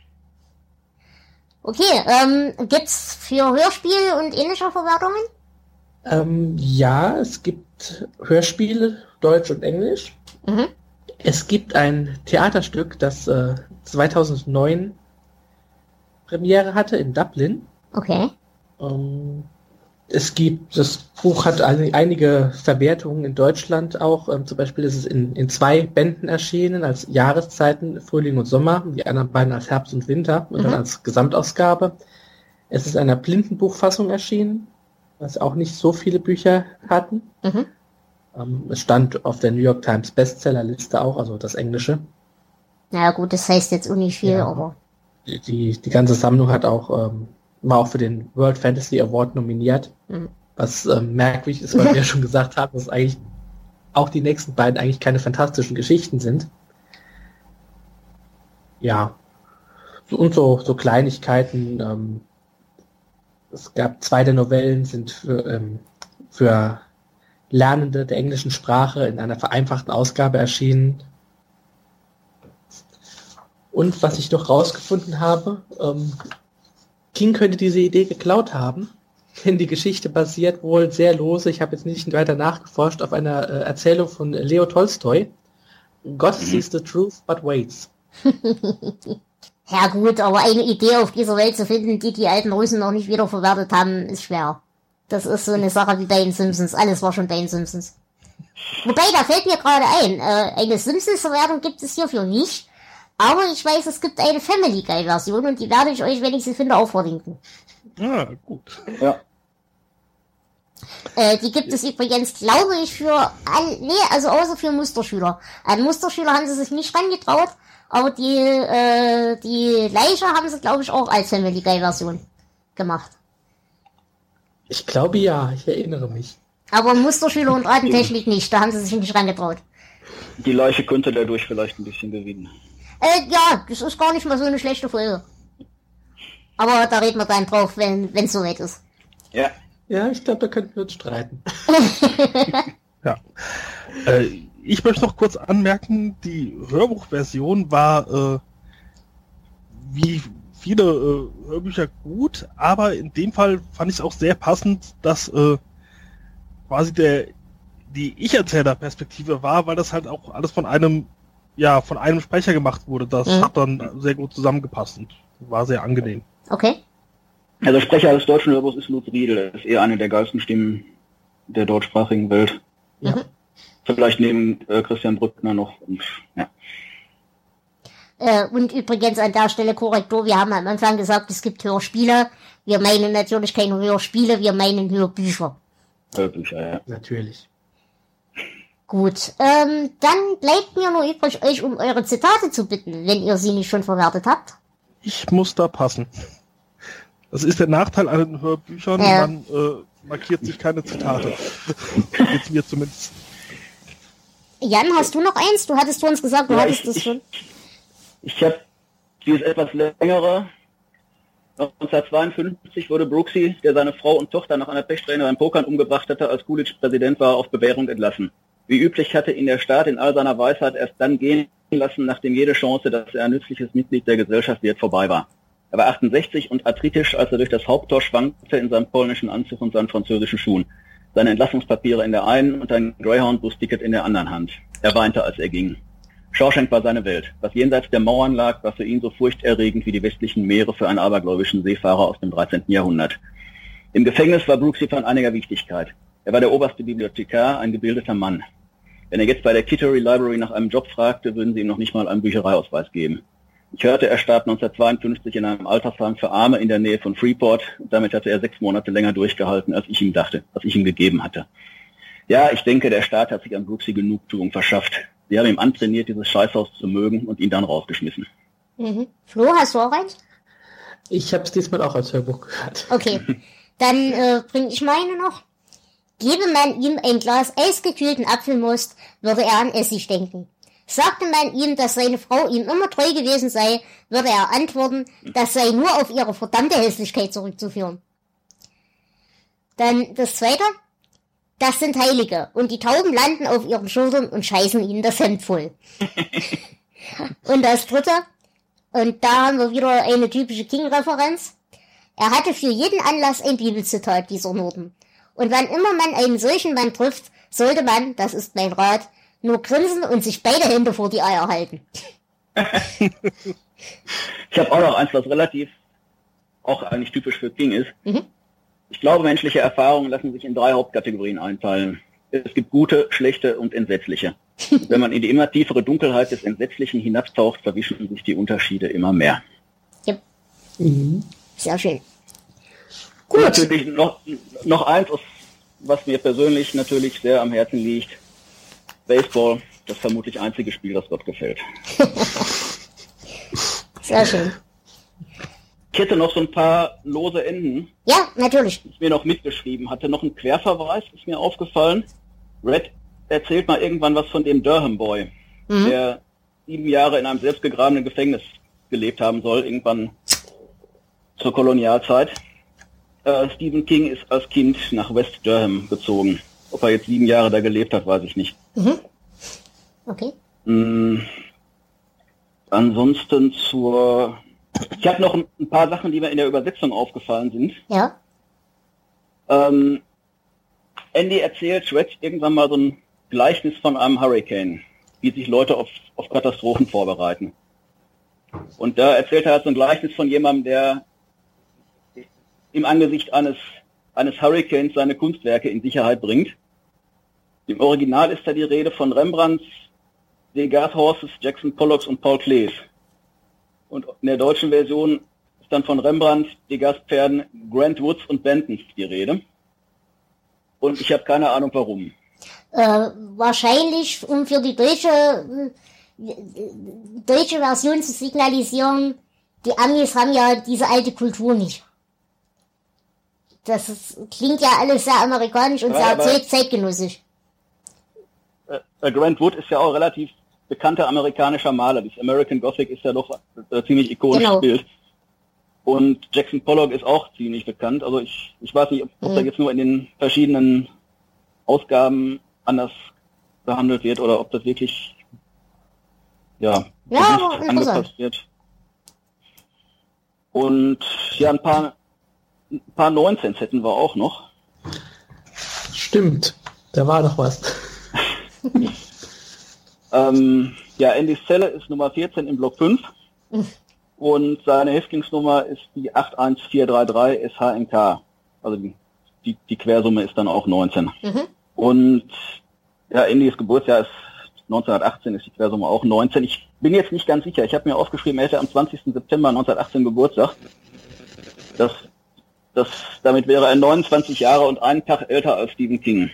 Okay, ähm, gibt's für Hörspiel und ähnliche Verwertungen? Ähm, ja, es gibt Hörspiele, Deutsch und Englisch. Mhm. Es gibt ein Theaterstück, das äh, zweitausendneun Premiere hatte in Dublin. Okay. Ähm, es gibt, das Buch hat ein, einige Verwertungen in Deutschland auch. Ähm, zum Beispiel ist es in, in zwei Bänden erschienen, als Jahreszeiten, Frühling und Sommer, die anderen beiden als Herbst und Winter und mhm. dann als Gesamtausgabe. Es ist in einer Blindenbuchfassung erschienen, was auch nicht so viele Bücher hatten. Mhm. Ähm, es stand auf der New York Times Bestsellerliste auch, also das Englische. Na gut, das heißt jetzt auch nicht viel, Ja. aber... Die, die, die ganze Sammlung hat auch, ähm, war auch für den World Fantasy Award nominiert, Mhm. was ähm, merkwürdig ist, weil wir ja schon gesagt haben, dass eigentlich auch die nächsten beiden eigentlich keine fantastischen Geschichten sind. Ja. So, und so, so Kleinigkeiten, ähm, es gab zwei der Novellen, sind für, ähm, für Lernende der englischen Sprache in einer vereinfachten Ausgabe erschienen. Und was ich noch rausgefunden habe, ähm, King könnte diese Idee geklaut haben, denn die Geschichte basiert wohl sehr lose, ich habe jetzt nicht weiter nachgeforscht, auf einer äh, Erzählung von Leo Tolstoi. God sees the truth but waits. Ja gut, aber eine Idee auf dieser Welt zu finden, die die alten Russen noch nicht wiederverwertet haben, ist schwer. Das ist so eine Sache wie bei den Simpsons. Alles war schon bei den Simpsons. Wobei, da fällt mir gerade ein, äh, eine Simpsons-Verwertung gibt es hierfür nicht. Aber ich weiß, es gibt eine Family Guy-Version und die werde ich euch, wenn ich sie finde, auch verlinken. Ah, gut. Ja. Äh, die gibt es übrigens, glaube ich, für all, nee, also außer für Musterschüler. An Musterschüler haben sie sich nicht rangetraut, aber die, äh, die Leiche haben sie, glaube ich, auch als Family Guy-Version gemacht. Ich glaube ja, ich erinnere mich. Aber Musterschüler und Ratentechnik nicht, da haben sie sich nicht rangetraut. Die Leiche könnte dadurch vielleicht ein bisschen gewinnen. Äh, ja, das ist gar nicht mal so eine schlechte Folge. Aber da reden wir dann drauf, wenn es soweit ist. Ja. Ja, ich glaube, da könnten wir uns streiten. Ja. Äh, ich möchte noch kurz anmerken, die Hörbuchversion war äh, wie viele äh, Hörbücher gut, aber in dem Fall fand ich es auch sehr passend, dass äh, quasi der die Ich-Erzähler-Perspektive war, weil das halt auch alles von einem ja von einem Sprecher gemacht wurde. Das Mhm. hat dann sehr gut zusammengepasst und war sehr angenehm. Okay. Also Sprecher des deutschen Hörbuchs ist Lutz Riedel. Er ist eher eine der geilsten Stimmen der deutschsprachigen Welt. Ja. Mhm. Vielleicht neben äh, Christian Brückner noch. Und, ja. Äh, und übrigens an der Stelle Korrektur, wir haben am Anfang gesagt, es gibt Hörspiele. Wir meinen natürlich keine Hörspiele, wir meinen Hörbücher. Hörbücher, ja. Natürlich. Gut, ähm, dann bleibt mir nur übrig, euch um eure Zitate zu bitten, wenn ihr sie nicht schon verwertet habt. Ich muss da passen. Das ist der Nachteil an den Hörbüchern, Ja. man äh, markiert sich keine Zitate. Jetzt mir zumindest. Jan, hast du noch eins? Du hattest zu uns gesagt, du Ja, hattest ich- das ich- schon. Ich habe dieses etwas längere. neunzehnhundertzweiundfünfzig wurde Brooksy, der seine Frau und Tochter nach einer Pechsträhne beim Pokern umgebracht hatte, als Coolidge Präsident war, auf Bewährung entlassen. Wie üblich hatte ihn der Staat in all seiner Weisheit erst dann gehen lassen, nachdem jede Chance, dass er ein nützliches Mitglied der Gesellschaft wird, vorbei war. Er war achtundsechzig und arthritisch, als er durch das Haupttor schwankte in seinem polnischen Anzug und seinen französischen Schuhen. Seine Entlassungspapiere in der einen und ein Greyhound-Busticket in der anderen Hand. Er weinte, als er ging. Shawshank war seine Welt. Was jenseits der Mauern lag, war für ihn so furchterregend wie die westlichen Meere für einen abergläubischen Seefahrer aus dem dreizehnten Jahrhundert. Im Gefängnis war Brooksy von einiger Wichtigkeit. Er war der oberste Bibliothekar, ein gebildeter Mann. Wenn er jetzt bei der Kittery Library nach einem Job fragte, würden sie ihm noch nicht mal einen Büchereiausweis geben. Ich hörte, er starb neunzehnhundertzweiundfünfzig in einem Altersheim für Arme in der Nähe von Freeport. Und damit hatte er sechs Monate länger durchgehalten, als ich ihm dachte, als ich ihm gegeben hatte. Ja, ich denke, der Staat hat sich an Brooksy Genugtuung verschafft. Sie haben ihm antrainiert, dieses Scheißhaus zu mögen und ihn dann rausgeschmissen. Mhm. Flo, hast du auch eins? Ich habe es diesmal auch als Hörbuch gehört. Okay, dann äh, bringe ich meine noch. Gebe man ihm ein Glas eisgekühlten Apfelmost, würde er an Essig denken. Sagte man ihm, dass seine Frau ihm immer treu gewesen sei, würde er antworten, das sei nur auf ihre verdammte Hässlichkeit zurückzuführen. Dann das zweite. Das sind Heilige und die Tauben landen auf ihren Schultern und scheißen ihnen das Hemd voll. Und das dritte. Und da haben wir wieder eine typische King-Referenz. Er hatte für jeden Anlass ein Bibelzitat, dieser Norden. Und wann immer man einen solchen Mann trifft, sollte man, das ist mein Rat, nur grinsen und sich beide Hände vor die Eier halten. Ich habe auch noch eins, was relativ auch eigentlich typisch für King ist. Mhm. Ich glaube, menschliche Erfahrungen lassen sich in drei Hauptkategorien einteilen. Es gibt gute, schlechte und entsetzliche. Und wenn man in die immer tiefere Dunkelheit des Entsetzlichen hinabtaucht, verwischen sich die Unterschiede immer mehr. Ja, Mhm. sehr schön. Und Gut. natürlich noch, noch eins, was mir persönlich natürlich sehr am Herzen liegt. Baseball, das vermutlich einzige Spiel, das Gott gefällt. Sehr schön. Ich hätte noch so ein paar lose Enden, Ja, natürlich. die ich mir noch mitgeschrieben hatte. Noch ein Querverweis ist mir aufgefallen. Red erzählt mal irgendwann was von dem Durham Boy, Mhm. der sieben Jahre in einem selbstgegrabenen Gefängnis gelebt haben soll, irgendwann zur Kolonialzeit. Äh, Stephen King ist als Kind nach West Durham gezogen. Ob er jetzt sieben Jahre da gelebt hat, weiß ich nicht. Mhm. Okay. Mm, ansonsten zur... Ich habe noch ein, ein paar Sachen, die mir in der Übersetzung aufgefallen sind. Ja. Ähm, Andy erzählt Red irgendwann mal so ein Gleichnis von einem Hurricane, wie sich Leute auf, auf Katastrophen vorbereiten. Und da erzählt er halt so ein Gleichnis von jemandem, der im Angesicht eines, eines Hurricanes seine Kunstwerke in Sicherheit bringt. Im Original ist da die Rede von Rembrandts, Degas Horses, Jackson Pollocks und Paul Klees. Und in der deutschen Version ist dann von Rembrandt, Degas Pferden, Grant Woods und Bentons die Rede. Und ich habe keine Ahnung warum. Äh, wahrscheinlich, um für die deutsche, äh, deutsche Version zu signalisieren, die Amis haben ja diese alte Kultur nicht. Das ist, klingt ja alles sehr amerikanisch und Ja, sehr aber- zeit, zeitgenössisch. Äh, Grant Wood ist ja auch relativ bekannter amerikanischer Maler. Das American Gothic ist ja doch ein ziemlich ikonisches Genau. Bild. Und Jackson Pollock ist auch ziemlich bekannt. Also ich, ich weiß nicht, ob, ob Mhm. da jetzt nur in den verschiedenen Ausgaben anders behandelt wird oder ob das wirklich ja, Ja, bewusst aber interessant. angepasst wird. Und ja, ein paar ein paar neunzehns hätten wir auch noch. Stimmt, da war doch was. Ähm, Ja, Andys Zelle ist Nummer vierzehn im Block fünf und seine Häftlingsnummer ist die acht eins vier drei drei S H N K. Also die, die, die Quersumme ist dann auch neunzehn. Mhm. Und ja, Andys Geburtsjahr ist neunzehnhundertachtzehn, ist die Quersumme auch neunzehn. Ich bin jetzt nicht ganz sicher. Ich habe mir aufgeschrieben, er hätte am zwanzigsten September neunzehnhundertachtzehn Geburtstag. Das, das, damit wäre er neunundzwanzig Jahre und einen Tag älter als Stephen King.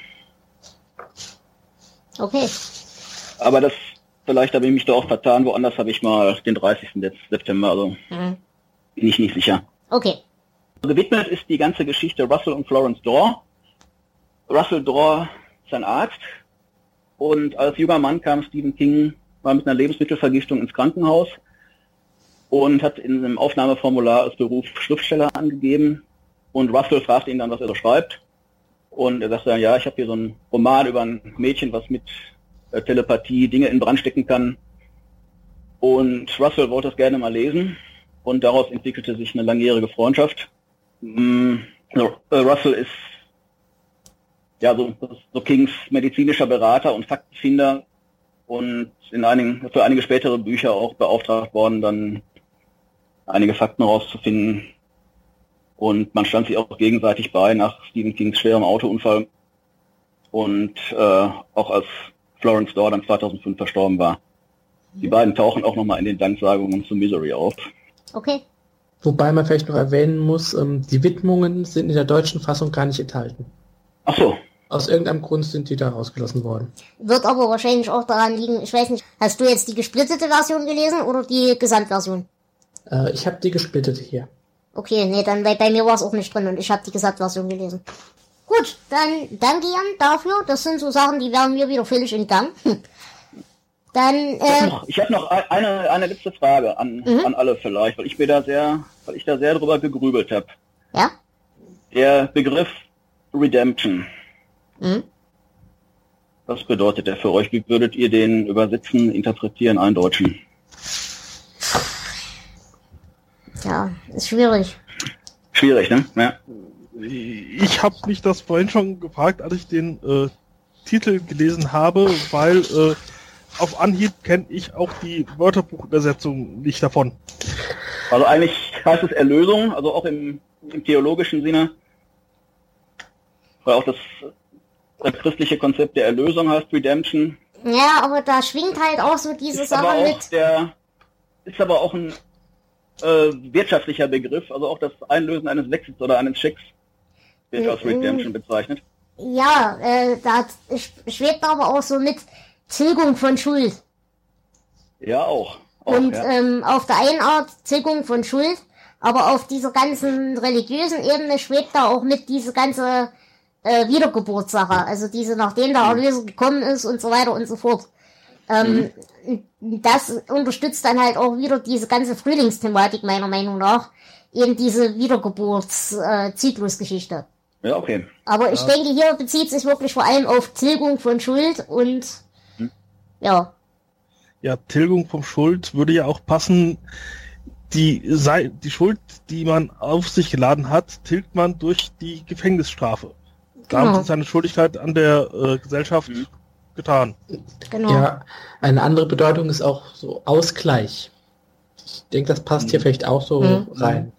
Okay. Aber das, vielleicht habe ich mich da auch vertan. Woanders habe ich mal den dreißigsten September, also mhm. bin ich nicht sicher. Okay. Gewidmet ist die ganze Geschichte Russell und Florence Dorr. Russell Dorr ist ein Arzt und als junger Mann kam Stephen King mal mit einer Lebensmittelvergiftung ins Krankenhaus und hat in einem Aufnahmeformular als Beruf Schriftsteller angegeben und Russell fragte ihn dann, was er so schreibt und er sagte dann, ja, ich habe hier so einen Roman über ein Mädchen, was mit äh, Telepathie Dinge in Brand stecken kann und Russell wollte es gerne mal lesen und daraus entwickelte sich eine langjährige Freundschaft. Mm, Russell ist ja so, so Kings medizinischer Berater und Faktenfinder und in einigen, für einige spätere Bücher auch beauftragt worden, dann einige Fakten rauszufinden. Und man stand sich auch gegenseitig bei nach Stephen Kings schwerem Autounfall und äh, auch als Florence Dorr dann zweitausendfünf verstorben war. Die beiden tauchen auch nochmal in den Danksagungen zu Misery auf. Okay. Wobei man vielleicht noch erwähnen muss, ähm, die Widmungen sind in der deutschen Fassung gar nicht enthalten. Ach so. Aus irgendeinem Grund sind die da rausgelassen worden. Wird aber wahrscheinlich auch daran liegen, ich weiß nicht, hast du jetzt die gesplittete Version gelesen oder die Gesamtversion? Äh, ich habe die gesplittete hier. Okay, nee, dann bei, bei mir war es auch nicht drin und ich habe die Gesamtversion gelesen. Gut, dann danke Jan dafür. Das sind so Sachen, die wären mir wieder völlig entgangen. Dann, äh, ich habe noch, hab noch eine, eine letzte Frage an, mhm. an alle vielleicht, weil ich mir da sehr, weil ich da sehr drüber gegrübelt habe. Ja? Der Begriff Redemption. Mhm. Was bedeutet der für euch? Wie würdet ihr den übersetzen, interpretieren, eindeutschen? Ja, ist schwierig. Schwierig, ne? Ja. Ich habe mich das vorhin schon gefragt, als ich den äh, Titel gelesen habe, weil äh, auf Anhieb kenne ich auch die Wörterbuchübersetzung nicht davon. Also eigentlich heißt es Erlösung, also auch im, im theologischen Sinne. Weil auch das, das christliche Konzept der Erlösung heißt Redemption. Ja, aber da schwingt halt auch so diese ist Sache aber auch mit... Der, ist aber auch ein äh, wirtschaftlicher Begriff, also auch das Einlösen eines Wechsels oder eines Schecks wird als Redemption bezeichnet. Ja, äh, da schwebt aber auch so mit Tilgung von Schuld. Ja, auch. auch Und ja. ähm, auf der einen Art Tilgung von Schuld, aber auf dieser ganzen religiösen Ebene schwebt da auch mit diese ganze äh, Wiedergeburtssache, also diese, nachdem der Erlöser gekommen ist und so weiter und so fort. Ähm, mhm. Das unterstützt dann halt auch wieder diese ganze Frühlingsthematik meiner Meinung nach, eben diese Wiedergeburts-Zyklusgeschichte. Ja, okay. Aber ich ja. denke, hier bezieht sich wirklich vor allem auf Tilgung von Schuld und hm. ja. Ja, Tilgung von Schuld würde ja auch passen. Die, sei, die Schuld, die man auf sich geladen hat, tilgt man durch die Gefängnisstrafe. Damit Genau. ist seine Schuldigkeit an der äh, Gesellschaft hm. getan. Genau. Ja, eine andere Bedeutung ist auch so Ausgleich. Ich denke, das passt hm. hier vielleicht auch so hm. rein.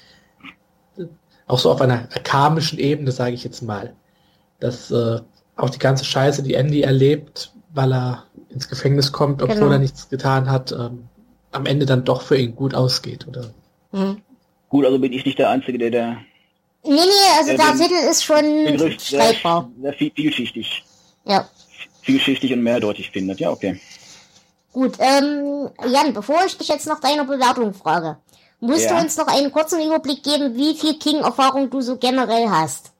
Auch so auf einer karmischen Ebene, sage ich jetzt mal. Dass äh, auch die ganze Scheiße, die Andy erlebt, weil er ins Gefängnis kommt, obwohl genau. er nichts getan hat, ähm, am Ende dann doch für ihn gut ausgeht, oder? Mhm. Gut, also bin ich nicht der Einzige, der der... Nee, nee, also der, der der Titel ist schon Begriff streitbar. Sehr, sehr vielschichtig. Ja. Vielschichtig und mehrdeutig findet, ja, okay. Gut, ähm, Jan, bevor ich dich jetzt nach deiner Bewertung frage, musst ja. du uns noch einen kurzen Überblick geben, wie viel King-Erfahrung du so generell hast?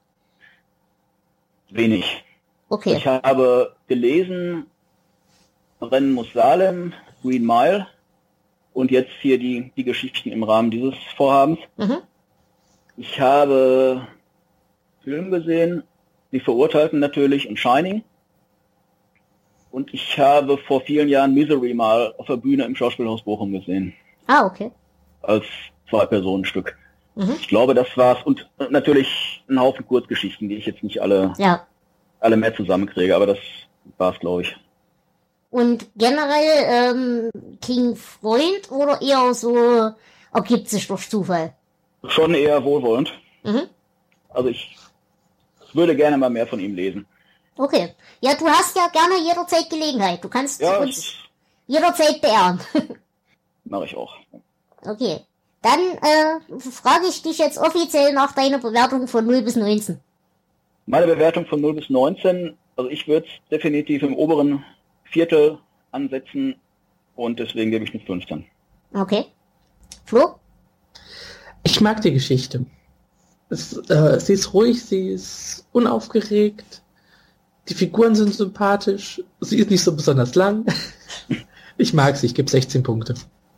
Wenig. Okay. Ich habe gelesen, Rennen muss Salem, Green Mile und jetzt hier die, die Geschichten im Rahmen dieses Vorhabens. Mhm. Ich habe Film gesehen, Die Verurteilten natürlich und Shining. Und ich habe vor vielen Jahren Misery mal auf der Bühne im Schauspielhaus Bochum gesehen. Ah, okay. Als Zwei-Personen-Stück. Mhm. Ich glaube, das war's. Und natürlich ein Haufen Kurzgeschichten, die ich jetzt nicht alle, ja. alle mehr zusammenkriege, aber das war's, glaube ich. Und generell ähm, King Freund oder eher so ergibt sich durch Zufall? Schon eher wohlwollend. Mhm. Also ich würde gerne mal mehr von ihm lesen. Okay. Ja, du hast ja gerne jederzeit Gelegenheit. Du kannst Ja, uns das jederzeit beehren. mache ich auch. Okay. Dann äh, frage ich dich jetzt offiziell nach deiner Bewertung von null bis neunzehn. Meine Bewertung von null bis neunzehn, also ich würde es definitiv im oberen Viertel ansetzen und deswegen gebe ich eine fünfzehn. Okay. Flo? Ich mag die Geschichte. Es, äh, sie ist ruhig, sie ist unaufgeregt, die Figuren sind sympathisch, sie ist nicht so besonders lang. Ich mag sie, ich gebe sechzehn Punkte.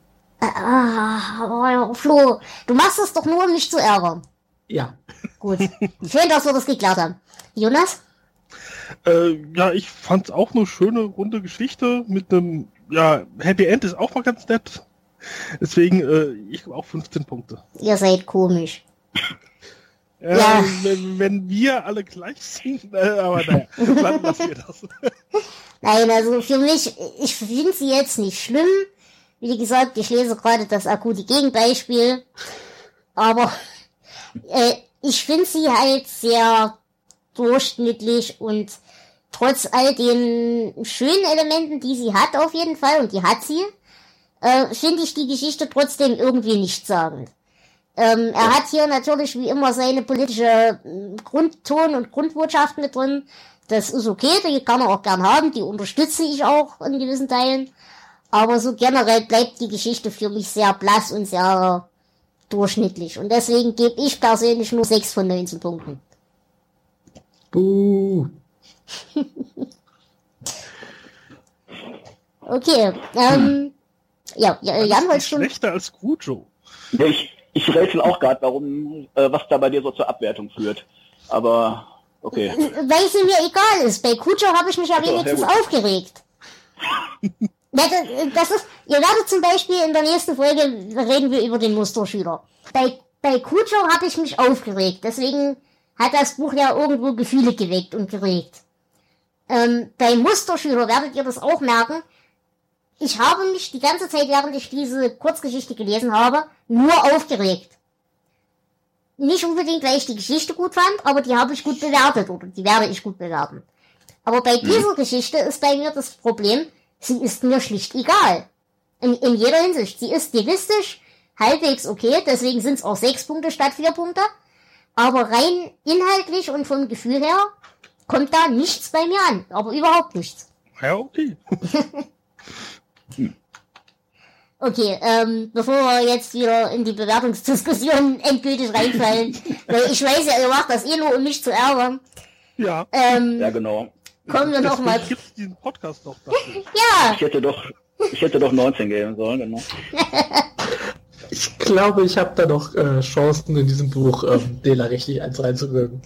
Ah, oh, Flo, du machst es doch nur, um mich zu ärgern. Ja. Gut. Schön, dass wir das geklärt haben. Jonas? Äh, ja, ich fand's auch eine schöne, runde Geschichte mit einem, ja, Happy End ist auch mal ganz nett. Deswegen, äh, ich habe auch fünfzehn Punkte. Ihr seid komisch. Äh, Ja. wenn, wenn wir alle gleich sind, äh, aber naja, dann lassen wir das. Nein, also für mich, ich finde sie jetzt nicht schlimm. Wie gesagt, ich lese gerade das akute Gegenbeispiel. Aber äh, ich finde sie halt sehr durchschnittlich und trotz all den schönen Elementen, die sie hat auf jeden Fall, und die hat sie, äh, finde ich die Geschichte trotzdem irgendwie nichtssagend. Ähm, er hat hier natürlich wie immer seine politische äh, Grundton und Grundbotschaft mit drin. Das ist okay, die kann er auch gern haben, die unterstütze ich auch in gewissen Teilen. Aber so generell bleibt die Geschichte für mich sehr blass und sehr durchschnittlich. Und deswegen gebe ich persönlich nur sechs von neunzehn Punkten. Buh. Okay, ähm, ja, ja Jan wollte schon... Schlechter als Cujo. Ja, ich, ich rätsel auch gerade, warum, äh, was da bei dir so zur Abwertung führt. Aber, okay. Weil sie mir egal ist. Bei Cujo habe ich mich ja Ja, wenigstens sehr gut. aufgeregt. Ja, das, das ist, ihr werdet zum Beispiel in der nächsten Folge reden wir über den Musterschüler. Bei, bei Cujo habe ich mich aufgeregt, deswegen hat das Buch ja irgendwo Gefühle geweckt und geregt. Ähm, bei Musterschüler werdet ihr das auch merken. Ich habe mich die ganze Zeit, während ich diese Kurzgeschichte gelesen habe, nur aufgeregt. Nicht unbedingt, weil ich die Geschichte gut fand, aber die habe ich gut bewertet oder die werde ich gut bewerten. Aber bei dieser Geschichte ist bei mir das Problem, sie ist mir schlicht egal. In, in jeder Hinsicht. Sie ist stilistisch halbwegs okay, deswegen sind es auch sechs Punkte statt vier Punkte. Aber rein inhaltlich und vom Gefühl her kommt da nichts bei mir an. Aber überhaupt nichts. Ja, okay. Okay, ähm, bevor wir jetzt wieder in die Bewertungsdiskussion endgültig reinfallen, weil ich weiß ja, ihr macht das eh nur, um mich zu ärgern. Ja. Ähm, Ja, genau. kommen wir noch mal. Gibt es diesen Podcast noch dafür? Ja, Ich hätte doch, ich hätte doch neunzehn geben sollen, genau. Ich glaube, ich habe da noch äh, Chancen in diesem Buch, ähm, Dela richtig eins reinzuwirken.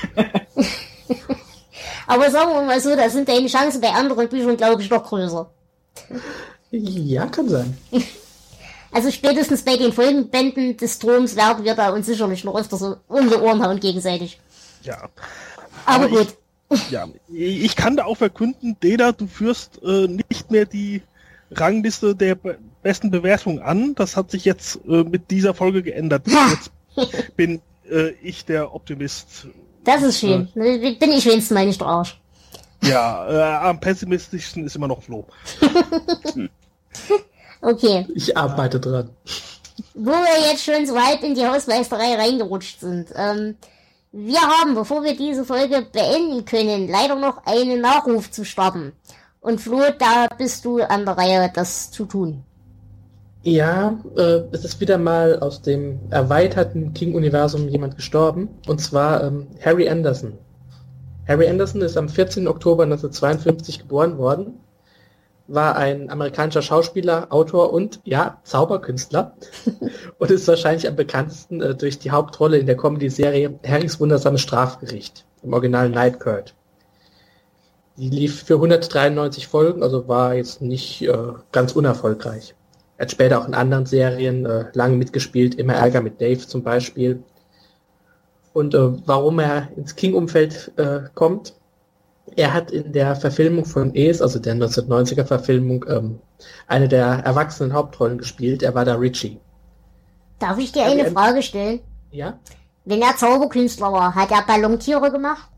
aber sagen wir mal so, da sind deine Chancen bei anderen Büchern, glaube ich, noch größer. Ja, kann sein. Also spätestens bei den Folgenbänden des Stroms werden wir da uns sicherlich noch öfter so um die Ohren hauen gegenseitig. Ja. Aber, Aber gut. Ja, ich kann da auch verkünden, Deda, du führst äh, nicht mehr die Rangliste der be besten Bewertungen an. Das hat sich jetzt äh, mit dieser Folge geändert. Jetzt bin äh, ich der Optimist. Das ist schön. Bin ich wenigstens mal nicht der Arsch. Ja, äh, am pessimistischsten ist immer noch Flo. Okay. Ich arbeite dran. Wo wir jetzt schon so halb in die Hausmeisterei reingerutscht sind. Ähm, wir haben, bevor wir diese Folge beenden können, leider noch einen Nachruf zu starten. Und Flo, da bist du an der Reihe, das zu tun. Ja, äh, es ist wieder mal aus dem erweiterten King-Universum jemand gestorben. Und zwar ähm, Harry Anderson. Harry Anderson ist am vierzehnten Oktober neunzehnhundertzweiundfünfzig geboren worden, war ein amerikanischer Schauspieler, Autor und, ja, Zauberkünstler und ist wahrscheinlich am bekanntesten äh, durch die Hauptrolle in der Comedy-Serie Harrys wundersames Strafgericht, im Original Night Court. Die lief für hundertdreiundneunzig Folgen, also war jetzt nicht äh, ganz unerfolgreich. Er hat später auch in anderen Serien äh, lange mitgespielt, Immer Ärger mit Dave zum Beispiel. Und äh, warum er ins King-Umfeld äh, kommt, Er hat in der Verfilmung von Ace, also der neunzehnhundertneunziger Verfilmung, ähm, eine der erwachsenen Hauptrollen gespielt. Er war da Richie. Darf ich dir eine Ja, Frage stellen? Ja? Wenn er Zauberkünstler war, hat er Ballontiere gemacht?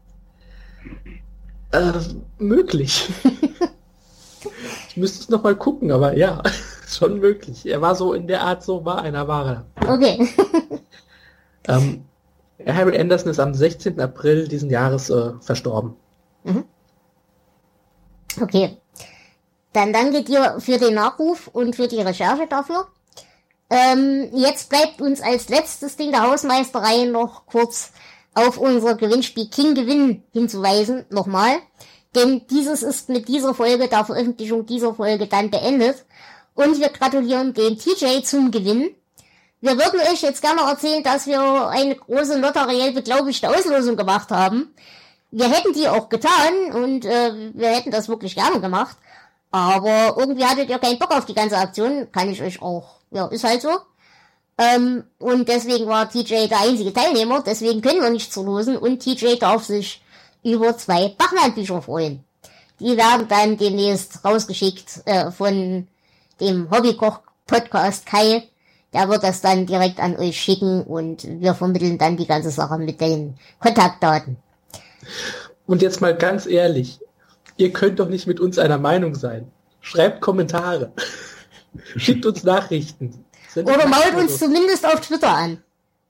Äh, möglich. Ich müsste es nochmal gucken, aber ja, schon möglich. Er war so in der Art, so war einer, war er. Okay. Ähm, Harry Anderson ist am sechzehnten April diesen Jahres äh, verstorben. Mhm. Okay. Dann danke dir für den Nachruf und für die Recherche dafür. Ähm, jetzt bleibt uns als letztes Ding der Hausmeisterei noch kurz auf unser Gewinnspiel King Gewinn hinzuweisen. Nochmal. Denn dieses ist mit dieser Folge, der Veröffentlichung dieser Folge dann beendet. Und wir gratulieren dem T J zum Gewinn. Wir würden euch jetzt gerne erzählen, dass wir eine große notariell beglaubigte Auslosung gemacht haben. Wir hätten die auch getan und äh, wir hätten das wirklich gerne gemacht. Aber irgendwie hattet ihr keinen Bock auf die ganze Aktion, kann ich euch auch. Ja, ist halt so. Ähm, und deswegen war T J der einzige Teilnehmer, deswegen können wir nicht zerlosen und T J darf sich über zwei Bachmann-Bücher freuen. Die werden dann demnächst rausgeschickt äh, von dem Hobbykoch-Podcast Kai. Der wird das dann direkt an euch schicken und wir vermitteln dann die ganze Sache mit den Kontaktdaten. Und jetzt mal ganz ehrlich, ihr könnt doch nicht mit uns einer Meinung sein. Schreibt Kommentare. Schickt uns Nachrichten. Oder mault uns zumindest auf Twitter an.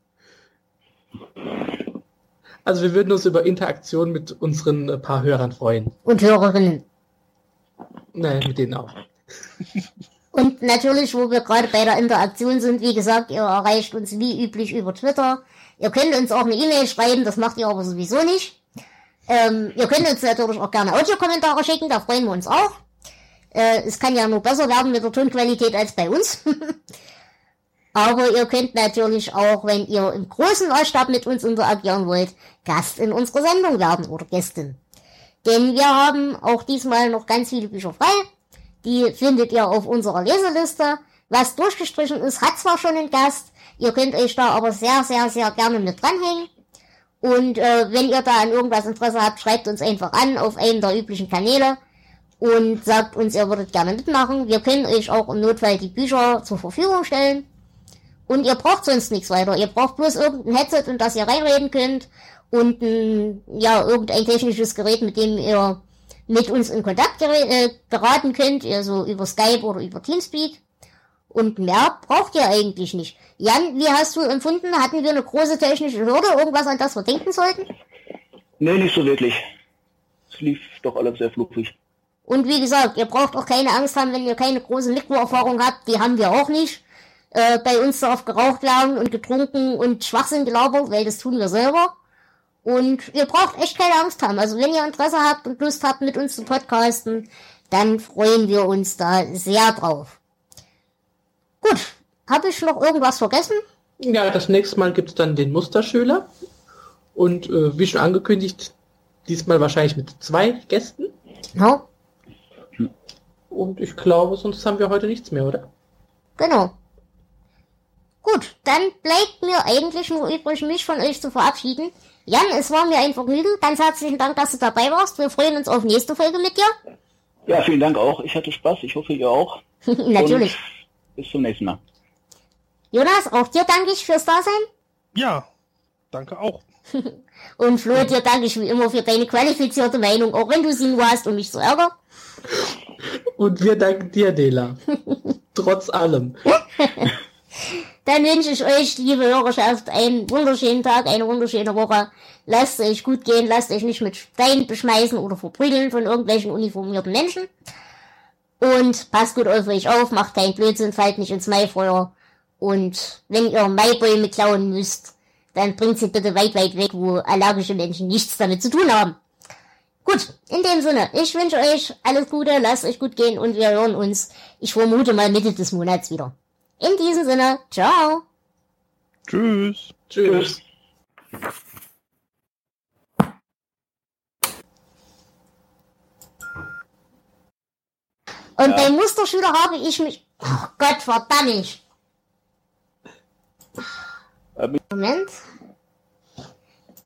Also wir würden uns über Interaktion mit unseren äh, paar Hörern freuen. Und Hörerinnen. Nein, mit denen auch. Und natürlich, wo wir gerade bei der Interaktion sind, wie gesagt, ihr erreicht uns wie üblich über Twitter. Ihr könnt uns auch eine E-Mail schreiben, das macht ihr aber sowieso nicht. Ähm, ihr könnt uns natürlich auch gerne Audiokommentare schicken, da freuen wir uns auch. Äh, es kann ja nur besser werden mit der Tonqualität als bei uns. Aber ihr könnt natürlich auch, wenn ihr im großen Maßstab mit uns interagieren wollt, Gast in unserer Sendung werden oder Gästin. Denn wir haben auch diesmal noch ganz viele Bücher frei. Die findet ihr auf unserer Leseliste. Was durchgestrichen ist, hat zwar schon einen Gast. Ihr könnt euch da aber sehr, sehr, sehr gerne mit dranhängen. Und äh, wenn ihr da an irgendwas Interesse habt, schreibt uns einfach an auf einem der üblichen Kanäle und sagt uns, ihr würdet gerne mitmachen. Wir können euch auch im Notfall die Bücher zur Verfügung stellen. Und ihr braucht sonst nichts weiter. Ihr braucht bloß irgendein Headset, in das ihr reinreden könnt und ein, ja, irgendein technisches Gerät, mit dem ihr mit uns in Kontakt äh, geraten könnt, also über Skype oder über Teamspeak. Und mehr braucht ihr eigentlich nicht. Jan, wie hast du empfunden? Hatten wir eine große technische Hürde? Irgendwas, an das wir denken sollten? Nee, nicht so wirklich. Es lief doch alles sehr fluffig. Und wie gesagt, ihr braucht auch keine Angst haben, wenn ihr keine große Mikroerfahrung habt. Die haben wir auch nicht. Äh, bei uns darf geraucht werden und getrunken und Schwachsinn gelabert, weil das tun wir selber. Und ihr braucht echt keine Angst haben. Also wenn ihr Interesse habt und Lust habt, mit uns zu podcasten, dann freuen wir uns da sehr drauf. Gut, habe ich noch irgendwas vergessen? Ja, das nächste Mal gibt es dann den Musterschüler. Und äh, wie schon angekündigt, diesmal wahrscheinlich mit zwei Gästen. Genau. Und ich glaube, sonst haben wir heute nichts mehr, oder? Genau. Gut, dann bleibt mir eigentlich nur übrig, mich von euch zu verabschieden. Jan, es war mir ein Vergnügen. Ganz herzlichen Dank, dass du dabei warst. Wir freuen uns auf nächste Folge mit dir. Ja, vielen Dank auch. Ich hatte Spaß. Ich hoffe, ihr auch. Natürlich. Und bis zum nächsten Mal. Jonas, auch dir danke ich fürs Dasein. Ja, danke auch. Und Flo, dir danke ich wie immer für deine qualifizierte Meinung, auch wenn du sie nur hast, um mich zu ärgern. Und wir danken dir, Dela. Trotz allem. Dann wünsche ich euch, liebe Hörerschaft, einen wunderschönen Tag, eine wunderschöne Woche. Lasst euch gut gehen, lasst euch nicht mit Steinen beschmeißen oder verprügeln von irgendwelchen uniformierten Menschen. Und passt gut auf euch auf, macht keinen Blödsinn, fallt nicht ins Maifeuer. Und wenn ihr Maibäume klauen müsst, dann bringt sie bitte weit, weit weg, wo allergische Menschen nichts damit zu tun haben. Gut, in dem Sinne, ich wünsche euch alles Gute, lasst euch gut gehen und wir hören uns, ich vermute mal Mitte des Monats wieder. In diesem Sinne, ciao. Tschüss. Tschüss. Und Ja. beim Musterschüler habe ich mich... Oh Gott, verdammt. Moment.